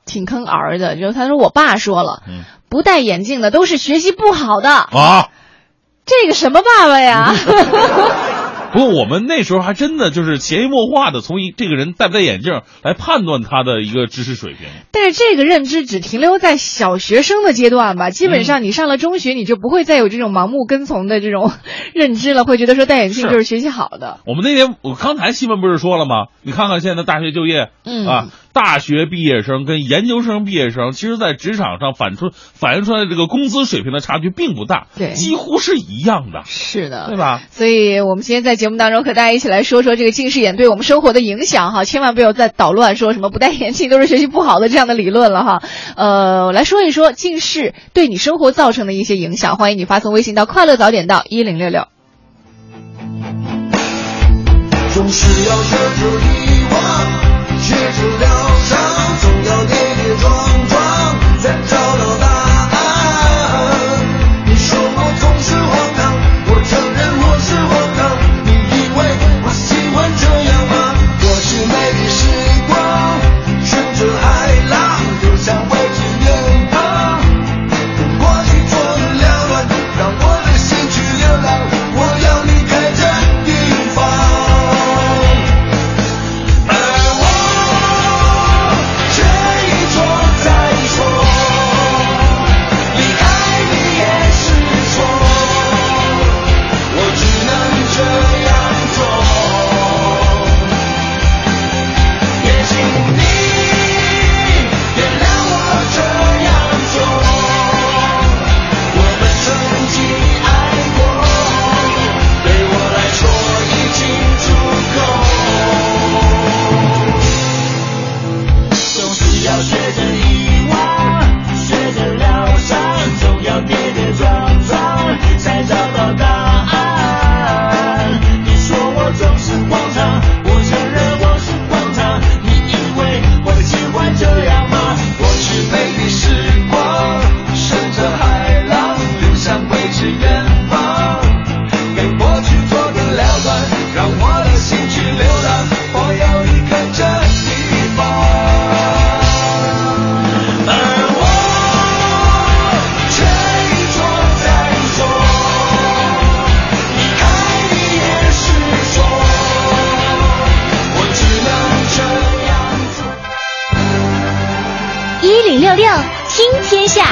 S6: 挺坑儿的，就他说我爸说了，
S4: 嗯，
S6: 不戴眼镜的都是学习不好的
S4: 啊，
S6: 这个什么爸爸呀？
S4: 不过我们那时候还真的就是潜移默化的从一这个人戴不戴眼镜来判断他的一个知识水平。
S6: 但是这个认知只停留在小学生的阶段吧，基本上你上了中学，你就不会再有这种盲目跟从的这种认知了，会觉得说戴眼镜就是学习好的。
S4: 我们那天我刚才新闻不是说了吗？你看看现在的大学就业，
S6: 嗯
S4: 啊，大学毕业生跟研究生毕业生，其实在职场上反出反映出来的这个工资水平的差距并不大，
S6: 对，
S4: 几乎是一样的。
S6: 是的，
S4: 对吧？
S6: 所以我们今天在节目当中和大家一起来说说这个近视眼对我们生活的影响哈，千万不要再捣乱说什么不戴眼镜都是学习不好的这样的理论了哈。呃，来说一说近视对你生活造成的一些影响，欢迎你发送微信到快乐早点到一零六六。
S3: 总是要学着遗忘，学着疗伤，总要跌跌撞撞，才找到答案。你说我总是荒唐，我承认我是荒唐，你以为我喜欢这样吗？过去美丽时光，顺着海浪，就像未知远方。用过去做的缭乱，让我的心去流浪，我要离开这地方。
S7: 一零六六听天下。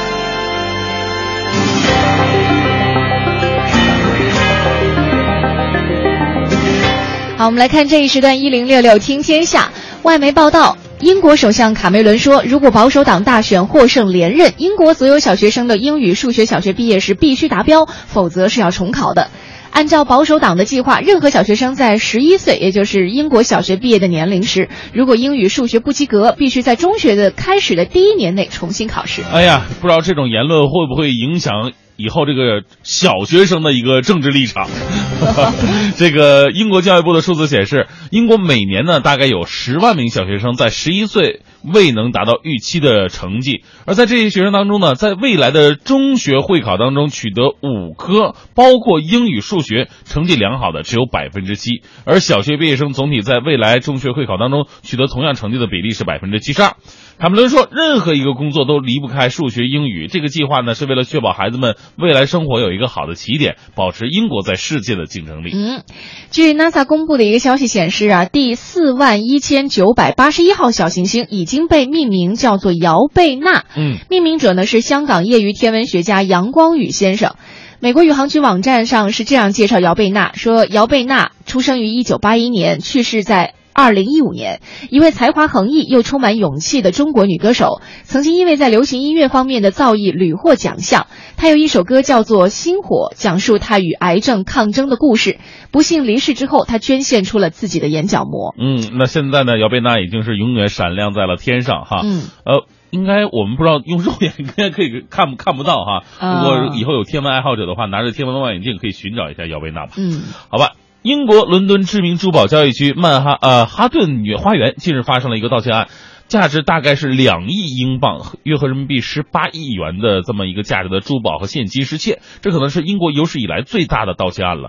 S6: 好，我们来看这一时段一零六六听天下。外媒报道，英国首相卡梅伦说，如果保守党大选获胜连任，英国所有小学生的英语、数学小学毕业时必须达标，否则是要重考的。按照保守党的计划，任何小学生在十一岁，也就是英国小学毕业的年龄时，如果英语、数学不及格，必须在中学的开始的第一年内重新考试。
S4: 哎呀，不知道这种言论会不会影响以后这个小学生的一个政治立场。这个英国教育部的数字显示，英国每年呢大概有十万名小学生在十一岁未能达到预期的成绩，而在这些学生当中呢，在未来的中学会考当中取得五科，包括英语、数学成绩良好的只有百分之七，而小学毕业生总体在未来中学会考当中取得同样成绩的比例是百分之七十二。卡梅伦说，任何一个工作都离不开数学、英语。这个计划呢，是为了确保孩子们未来生活有一个好的起点，保持英国在世界的竞争力。
S6: 嗯，据 NASA 公布的一个消息显示啊，第四万一千九百八十一号小行星已经被命名叫做姚贝娜。
S4: 嗯，
S6: 命名者呢是香港业余天文学家杨光宇先生。美国宇航局网站上是这样介绍姚贝娜，说姚贝娜出生于一九八一年，去世在二零一五年，一位才华横溢又充满勇气的中国女歌手，曾经因为在流行音乐方面的造诣屡获奖项。她有一首歌叫做《星火》，讲述她与癌症抗争的故事。不幸离世之后，她捐献出了自己的眼角膜。
S4: 嗯，那现在呢，姚贝娜已经是永远闪亮在了天上哈。
S6: 嗯，
S4: 呃。应该我们不知道用肉眼应该可以看不看不到哈。如果以后有天文爱好者的话，拿着天文望远镜可以寻找一下姚贝娜吧。
S6: 嗯，
S4: 好吧。英国伦敦知名珠宝交易区曼哈呃哈顿女花园近日发生了一个盗窃案，价值大概是两亿英镑，约合人民币十八亿元的这么一个价值的珠宝和现金失窃，这可能是英国有史以来最大的盗窃案了。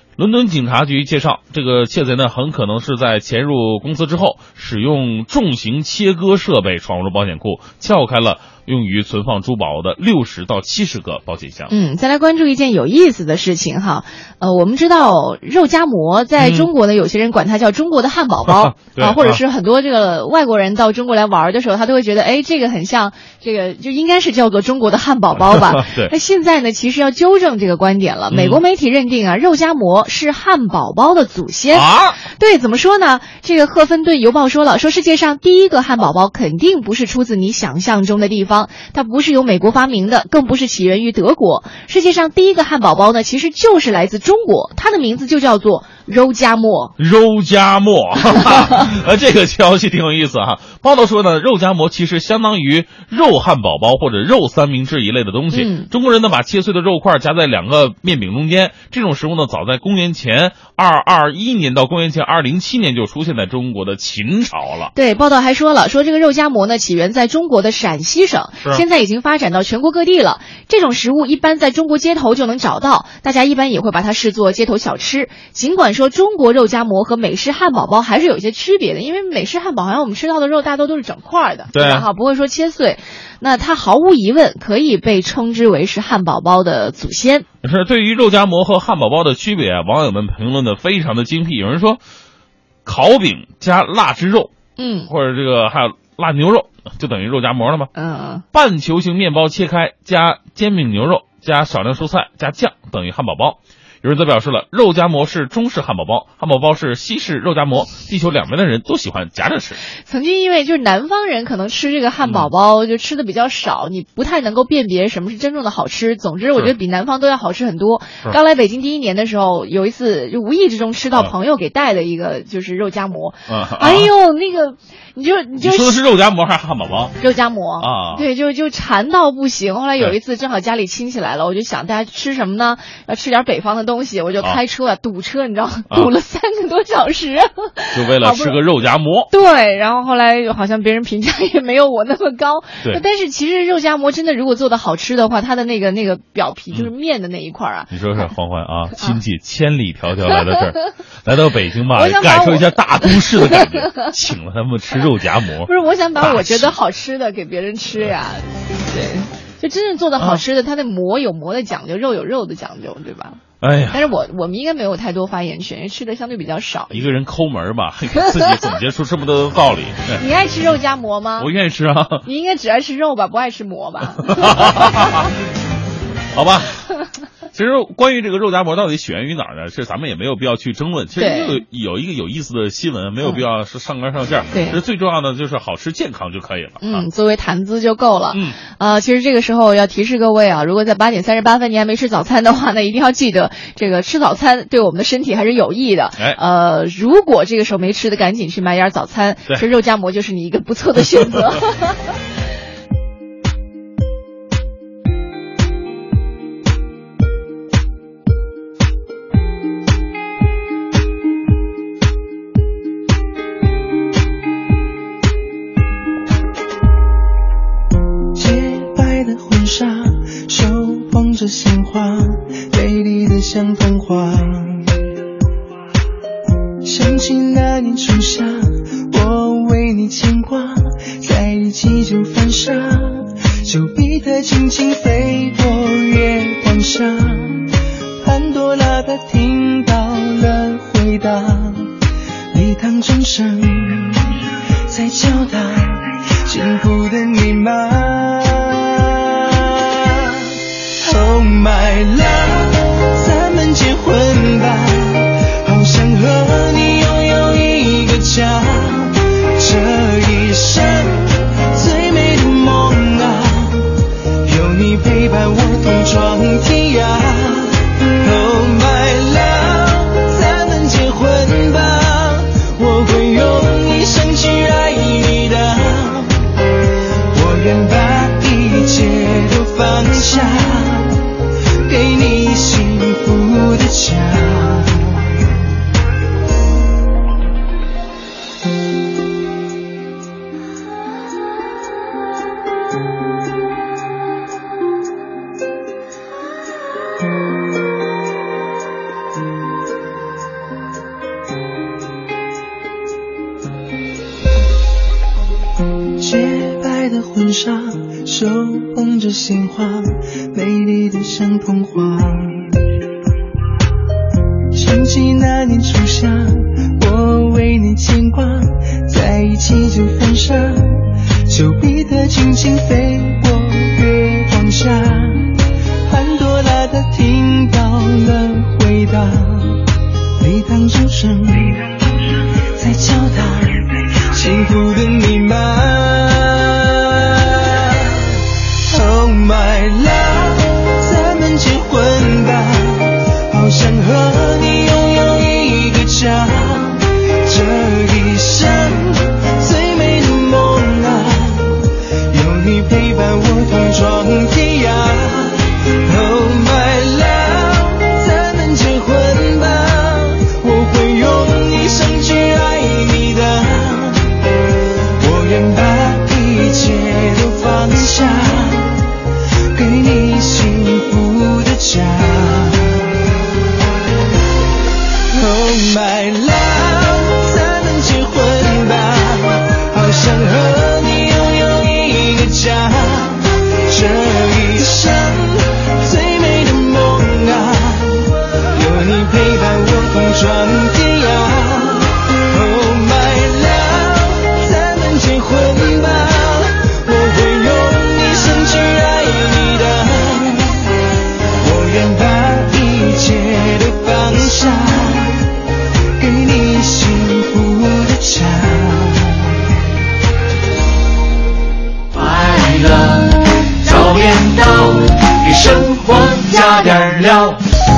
S4: 伦敦警察局介绍，这个窃贼呢很可能是在潜入公司之后，使用重型切割设备闯入了保险库，撬开了用于存放珠宝的六十到七十个保险箱。
S6: 嗯，再来关注一件有意思的事情哈，呃，我们知道肉夹馍在中国呢，嗯、有些人管它叫中国的汉堡包啊，或者是很多这个外国人到中国来玩的时候，他都会觉得，哎，这个很像这个，就应该是叫做中国的汉堡包吧？
S4: 对。
S6: 那现在呢，其实要纠正这个观点了。美国媒体认定啊，肉夹馍是汉堡包的祖先
S4: 啊。
S6: 对，怎么说呢？这个赫芬顿邮报说了，说世界上第一个汉堡包肯定不是出自你想象中的地方，它不是由美国发明的，更不是起源于德国。世界上第一个汉堡包呢，其实就是来自中国，它的名字就叫做肉夹馍。
S4: 肉夹馍，呃，这个消息挺有意思哈。报道说呢，肉夹馍其实相当于肉汉堡包或者肉三明治一类的东西。
S6: 嗯、
S4: 中国人呢把切碎的肉块夹在两个面饼中间，这种食物呢早在公元前二二一年到公元前二零七年就出现在中国的秦朝了。
S6: 对，报道还说了，说这个肉夹馍呢起源在中国的陕西省，现在已经发展到全国各地了。这种食物一般在中国街头就能找到，大家一般也会把它视作街头小吃。尽管说中国肉夹馍和美式汉堡包还是有一些区别的，因为美式汉堡好像我们吃到的肉大多都是整块的，
S4: 对
S6: 吧？哈，不会说切碎。那它毫无疑问可以被称之为是汉堡包的祖先。
S4: 是对于肉夹馍和汉堡包的区别啊，网友们评论的非常的精辟。有人说，烤饼加腊汁肉，
S6: 嗯，
S4: 或者这个还有腊牛肉，就等于肉夹馍了吗？
S6: 嗯，
S4: 半球形面包切开加煎饼牛肉加少量蔬菜加酱等于汉堡包。有人则表示了，肉夹馍是中式汉堡包，汉堡包是西式肉夹馍，地球两边的人都喜欢夹着吃。
S6: 曾经因为就是南方人可能吃这个汉堡包、嗯、就吃的比较少，你不太能够辨别什么是真正的好吃。总之我觉得比南方都要好吃很多。刚来北京第一年的时候，有一次就无意之中吃到朋友给带的一个就是肉夹馍、
S4: 嗯、
S6: 哎呦那个你就你就
S4: 你说的是肉夹馍还是汉堡包？
S6: 肉夹馍
S4: 啊，
S6: 对，就就馋到不行。后来有一次正好家里亲戚来了，我就想大家吃什么呢？要吃点北方的东西，我就开车啊，堵车，你知道吗？堵了三个多小时，
S4: 就为了吃个肉夹馍。
S6: 对，然后后来好像别人评价也没有我那么高。
S4: 对，
S6: 但是其实肉夹馍真的如果做的好吃的话，它的那个那个表皮就是面的那一块啊。
S4: 你说是黄欢啊，亲戚千里迢迢来到这儿，来到北京吧，感受一下大都市的感觉，请了他们吃肉夹馍。
S6: 不是，我想把我觉得好吃的给别人吃呀。对，就真正做的好吃的，它的馍有馍的讲究，肉有肉的讲究，对吧？
S4: 哎呀，
S6: 但是我我们应该没有太多发言权，因为吃的相对比较少。
S4: 一个人抠门吧，给自己总结出这么多的道理。
S6: 你爱吃肉夹馍吗？
S4: 我愿意吃啊。
S6: 你应该只爱吃肉吧，不爱吃馍吧？
S4: 好吧。其实关于这个肉夹馍到底起源于哪儿呢？是咱们也没有必要去争论。其实有有一个有意思的新闻，没有必要是上纲上线。
S6: 对，
S4: 其实最重要的就是好吃健康就可以了。
S6: 嗯，作为谈资就够了。
S4: 嗯，
S6: 呃，其实这个时候要提示各位啊，如果在八点三十八分你还没吃早餐的话呢，一定要记得这个吃早餐对我们的身体还是有益的。
S4: 哎，
S6: 呃，如果这个时候没吃的，赶紧去买点早餐，吃肉夹馍就是你一个不错的选择。
S3: 手捧着鲜花，美丽的像童话。想起那年初夏，我为你牵挂，在一起就犯傻，手臂它轻轻飞过月光下。潘多拉她听到了回答，礼堂钟声在敲打幸福的密码。Oh my love， 咱们结婚吧，好想和你拥有一个家，这一生最美的梦啊，有你陪伴我同闯天涯。Oh my love， 咱们结婚吧，我会用一生去爱你的，我愿把一切都放下，给你
S8: 手捧着鲜花，美丽的像童话。想起那年初夏，我为你牵挂，在一起就犯傻，手臂的轻轻飞过月光下，潘多拉的听到了回答，礼堂钟声在敲打幸福的密码。Oh my love， 咱们结婚吧，好想和你拥有一个家，这一生最美的梦啊，有你陪伴我同闯天涯。Oh my love， 咱们结婚吧，我会用一生去爱你的，我愿把一切都放下，给你幸福的家。Oh my love， 咱们结婚吧，好想和你拥有一个家，这一生最美的梦啊，有你陪伴我同闯天涯。Oh my love， 咱们结婚吧，我会用一生去爱你的，我愿把一切都放下，给你幸福的家。
S5: 快乐早点到，给生活加点料。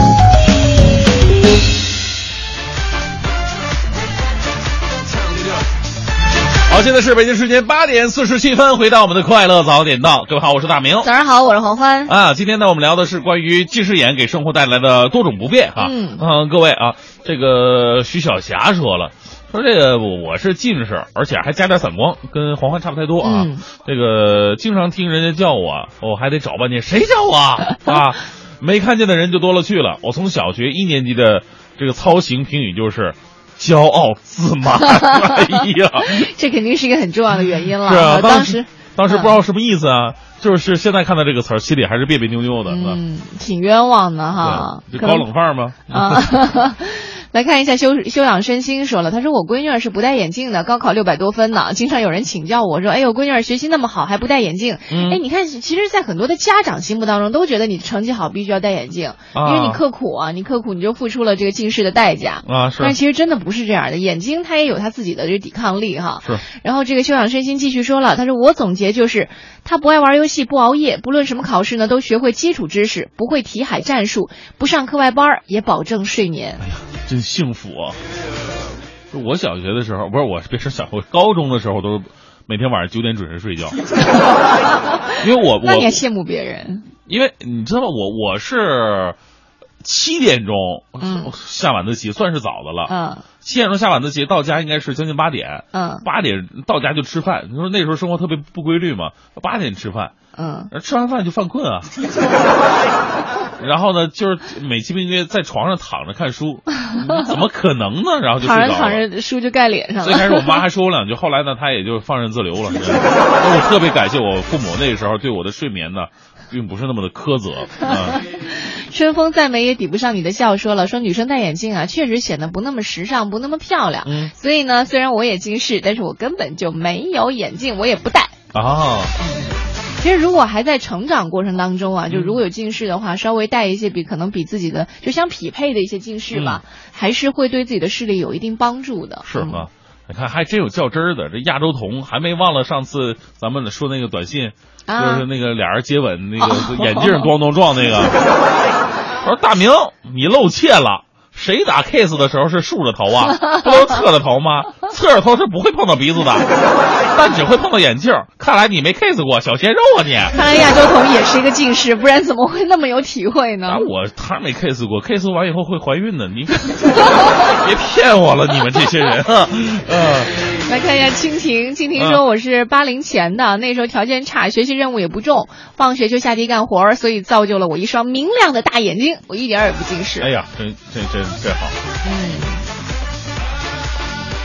S4: 好，现在是北京时间八点四十七分，回到我们的快乐早点到。各位好，我是大明。
S6: 早上好，我是黄欢。
S4: 啊，今天呢，我们聊的是关于近视眼给生活带来的多种不便啊。
S6: 嗯
S4: 嗯，各位啊，这个徐小霞说了。说这个我我是近视，而且还加点散光，跟黄欢差不太多啊。
S6: 嗯、
S4: 这个经常听人家叫我，我还得找半天，谁叫我啊？啊，没看见的人就多了去了。我从小学一年级的这个操行评语就是骄傲自满。哎呀，
S6: 这肯定是一个很重要的原因了。
S4: 是啊，
S6: 当时
S4: 当时不知道什么意思啊。就是现在看到这个词儿，心里还是别别扭扭的。
S6: 嗯，挺冤枉的哈。
S4: 这高冷范儿吗？
S6: 啊。来看一下修修养身心说了，他说我闺女儿是不戴眼镜的，高考六百多分呢。经常有人请教我说，哎呦，闺女儿学习那么好还不戴眼镜？嗯、哎，你看，其实，在很多的家长心目当中，都觉得你成绩好必须要戴眼镜，啊、因为你刻苦啊，你刻苦你就付出了这个近视的代价
S4: 啊。是。
S6: 但其实真的不是这样的，眼睛它也有它自己的这个抵抗力哈。
S4: 是。
S6: 然后这个修养身心继续说了，他说我总结就是，他不爱玩游戏，不熬夜，不论什么考试呢，都学会基础知识，不会题海战术，不上课外班，也保证睡眠。
S4: 哎呀，真幸福啊！我小学的时候，不是我别说小学，高中的时候都每天晚上九点准时睡觉，因为我我
S6: 那你还羡慕别人？
S4: 因为你知道吗？我我是七点钟下晚自习，算是早的了。
S6: 嗯，
S4: 七点钟下晚自习，到家应该是将近八点。
S6: 嗯，
S4: 八点到家就吃饭。你说那时候生活特别不规律嘛？八点吃饭。
S6: 嗯，
S4: 吃完饭就犯困啊。然后呢，就是美其名曰在床上躺着看书，怎么可能呢？然后就睡着了。
S6: 躺着躺着书就盖脸上了。
S4: 最开始我妈还说我两句，后来呢，她也就放任自流了。我特别感谢我父母那个时候对我的睡眠呢，并不是那么的苛责。嗯、
S6: 春风再美也抵不上你的笑，说了说女生戴眼镜啊，确实显得不那么时尚，不那么漂亮。
S4: 嗯，
S6: 所以呢，虽然我也近视，但是我根本就没有眼镜，我也不戴。
S4: 啊。
S6: 其实如果还在成长过程当中啊，就如果有近视的话，稍微戴一些比可能比自己的就相匹配的一些近视吧，嗯、还是会对自己的视力有一定帮助的。
S4: 是吗？嗯、你看还真有较真儿的，这亚洲童还没忘了上次咱们说那个短信，啊、就是那个俩人接吻，那个眼镜咣咚撞那个。我说大明，你露怯了。谁打 kiss 的时候是竖着头啊？不都是侧着头吗？侧着头是不会碰到鼻子的，但只会碰到眼镜。看来你没 kiss 过，小鲜肉啊你！
S6: 看来亚洲童也是一个近视，不然怎么会那么有体会呢？
S4: 啊，我他没 kiss 过 ，kiss 完以后会怀孕的，你别骗我了，你们这些人啊！嗯，
S6: 来看一下蜻蜓，蜻蜓说我是八零前的，那时候条件差，学习任务也不重，放学就下地干活，所以造就了我一双明亮的大眼睛，我一点也不近视。
S4: 哎呀，真真真。这好，
S6: 嗯，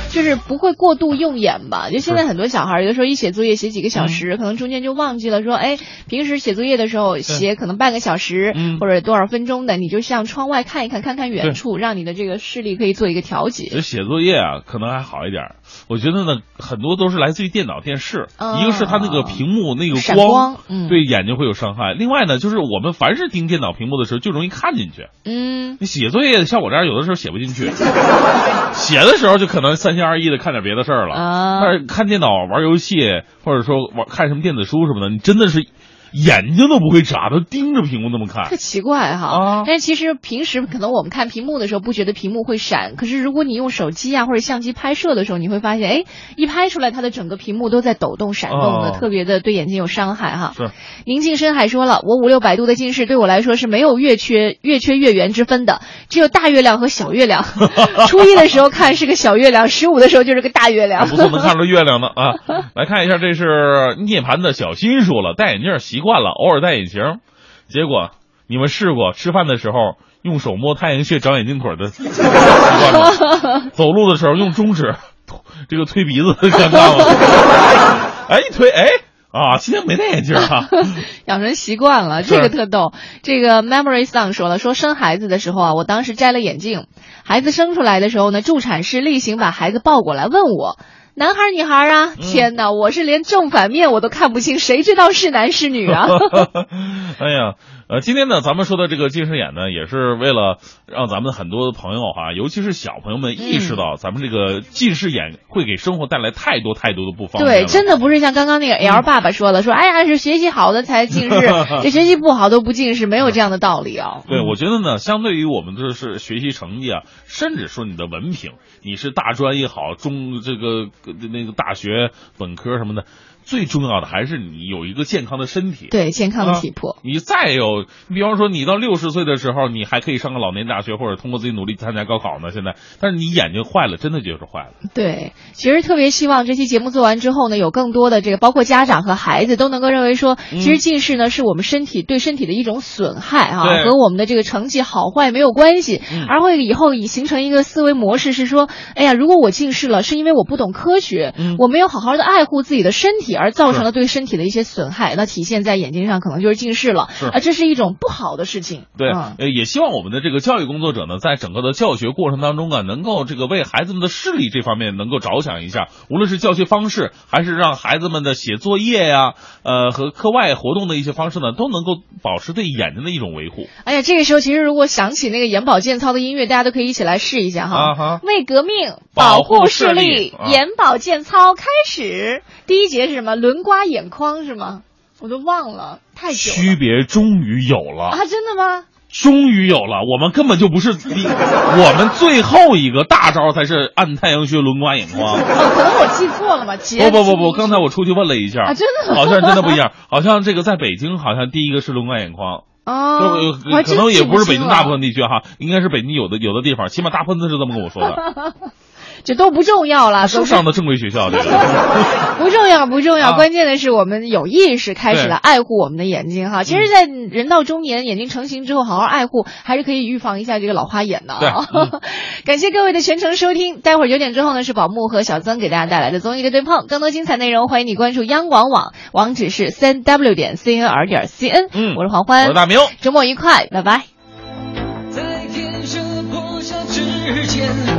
S6: 就是不会过度用眼吧。就现在很多小孩有的时候一写作业写几个小时，嗯、可能中间就忘记了说，哎，平时写作业的时候写可能半个小时、嗯、或者多少分钟的，你就向窗外看一看，看看远处，让你的这个视力可以做一个调节。
S4: 这写作业啊，可能还好一点。我觉得呢，很多都是来自于电脑、电视，嗯、一个是它那个屏幕那个光，
S6: 光嗯、
S4: 对眼睛会有伤害。另外呢，就是我们凡是盯电脑屏幕的时候，就容易看进去。
S6: 嗯，
S4: 你写作业像我这样，有的时候写不进去，写的时候就可能三心二意的看点别的事儿了。
S6: 啊，
S4: 但是看电脑、玩游戏，或者说玩看什么电子书什么的，你真的是。眼睛都不会眨，都盯着屏幕那么看，
S6: 特奇怪哈。
S4: 啊、
S6: 但是其实平时可能我们看屏幕的时候不觉得屏幕会闪，可是如果你用手机啊或者相机拍摄的时候，你会发现，哎，一拍出来它的整个屏幕都在抖动闪动的，
S4: 哦、
S6: 特别的对眼睛有伤害哈。
S4: 是。
S6: 宁静深还说了，我五六百度的近视对我来说是没有月缺月缺月圆之分的，只有大月亮和小月亮。初一的时候看是个小月亮，十五的时候就是个大月亮。
S4: 不错，能看出月亮呢啊！来看一下，这是涅槃的小新说了，戴眼镜习惯了，偶尔戴眼镜，结果你们试过吃饭的时候用手摸太阳穴长眼镜腿的习惯吗？走路的时候用中指这个推鼻子尴尬吗？哎，一推，哎啊，今天没戴眼镜啊，
S6: 养成习惯了，这个特逗。这个 Memory Song 说了，说生孩子的时候啊，我当时摘了眼镜，孩子生出来的时候呢，助产士例行把孩子抱过来问我。男孩女孩啊，天哪，我是连正反面我都看不清，谁知道是男是女啊？
S4: 哎呀，呃，今天呢，咱们说的这个近视眼呢，也是为了让咱们很多的朋友哈，尤其是小朋友们意识到，咱们这个近视眼会给生活带来太多太多的不方便。
S6: 对，真的不是像刚刚那个 L 爸爸说的，说哎呀是学习好的才近视，这学习不好都不近视，没有这样的道理啊。
S4: 对，我觉得呢，相对于我们这是学习成绩啊，甚至说你的文凭，你是大专也好，中这个那个大学本科什么的。最重要的还是你有一个健康的身体，
S6: 对健康的体魄、啊。你
S4: 再有，比方说你到六十岁的时候，你还可以上个老年大学，或者通过自己努力参加高考呢。现在，但是你眼睛坏了，真的就是坏了。
S6: 对，其实特别希望这期节目做完之后呢，有更多的这个，包括家长和孩子都能够认为说，其实近视呢是我们身体对身体的一种损害啊，和我们的这个成绩好坏没有关系，
S4: 嗯、
S6: 而会以后以形成一个思维模式，是说，哎呀，如果我近视了，是因为我不懂科学，
S4: 嗯、
S6: 我没有好好的爱护自己的身体，而造成了对身体的一些损害，那体现在眼睛上可能就是近视了，啊，这是一种不好的事情。
S4: 对，呃、嗯，也希望我们的这个教育工作者呢，在整个的教学过程当中啊，能够这个为孩子们的视力这方面能够着想一下，无论是教学方式，还是让孩子们的写作业呀、啊，呃，和课外活动的一些方式呢，都能够保持对眼睛的一种维护。
S6: 哎呀，这个时候其实如果想起那个眼保健操的音乐，大家都可以一起来试一下哈。
S4: 啊哈，
S6: 为革命保护视力，啊、眼保健操开始。第一节是什么？轮刮眼眶是吗？我都忘了，太久了。
S4: 区别终于有了
S6: 啊！真的吗？
S4: 终于有了，我们根本就不是我们最后一个大招才是按太阳穴轮刮眼眶。
S6: 哦，可能我记错了吧？
S4: 不不不不，刚才我出去问了一下，
S6: 啊，真的，
S4: 好像真的不一样，好像这个在北京，好像第一个是轮刮眼眶。
S6: 哦，
S4: 可能也不是北京大部分地区哈，应该是北京有的有的地方，起码大喷子是这么跟我说的。
S6: 这都不重要了，
S4: 是上的正规学校，这个
S6: 不重要不重要、啊，关键的是我们有意识开始了爱护我们的眼睛哈。其实，在人到中年，眼睛成型之后，好好爱护，还是可以预防一下这个老花眼的啊。
S4: 对，嗯、
S6: 感谢各位的全程收听，待会儿九点之后呢，是宝木和小曾给大家带来的综艺的对碰，更多精彩内容，欢迎你关注央广网，网址是三 w 点 c n r 点 c n。
S4: 嗯，
S6: 我是黄欢，
S4: 我是大明，
S6: 周末愉快，拜拜。
S3: 在天色破晓之前。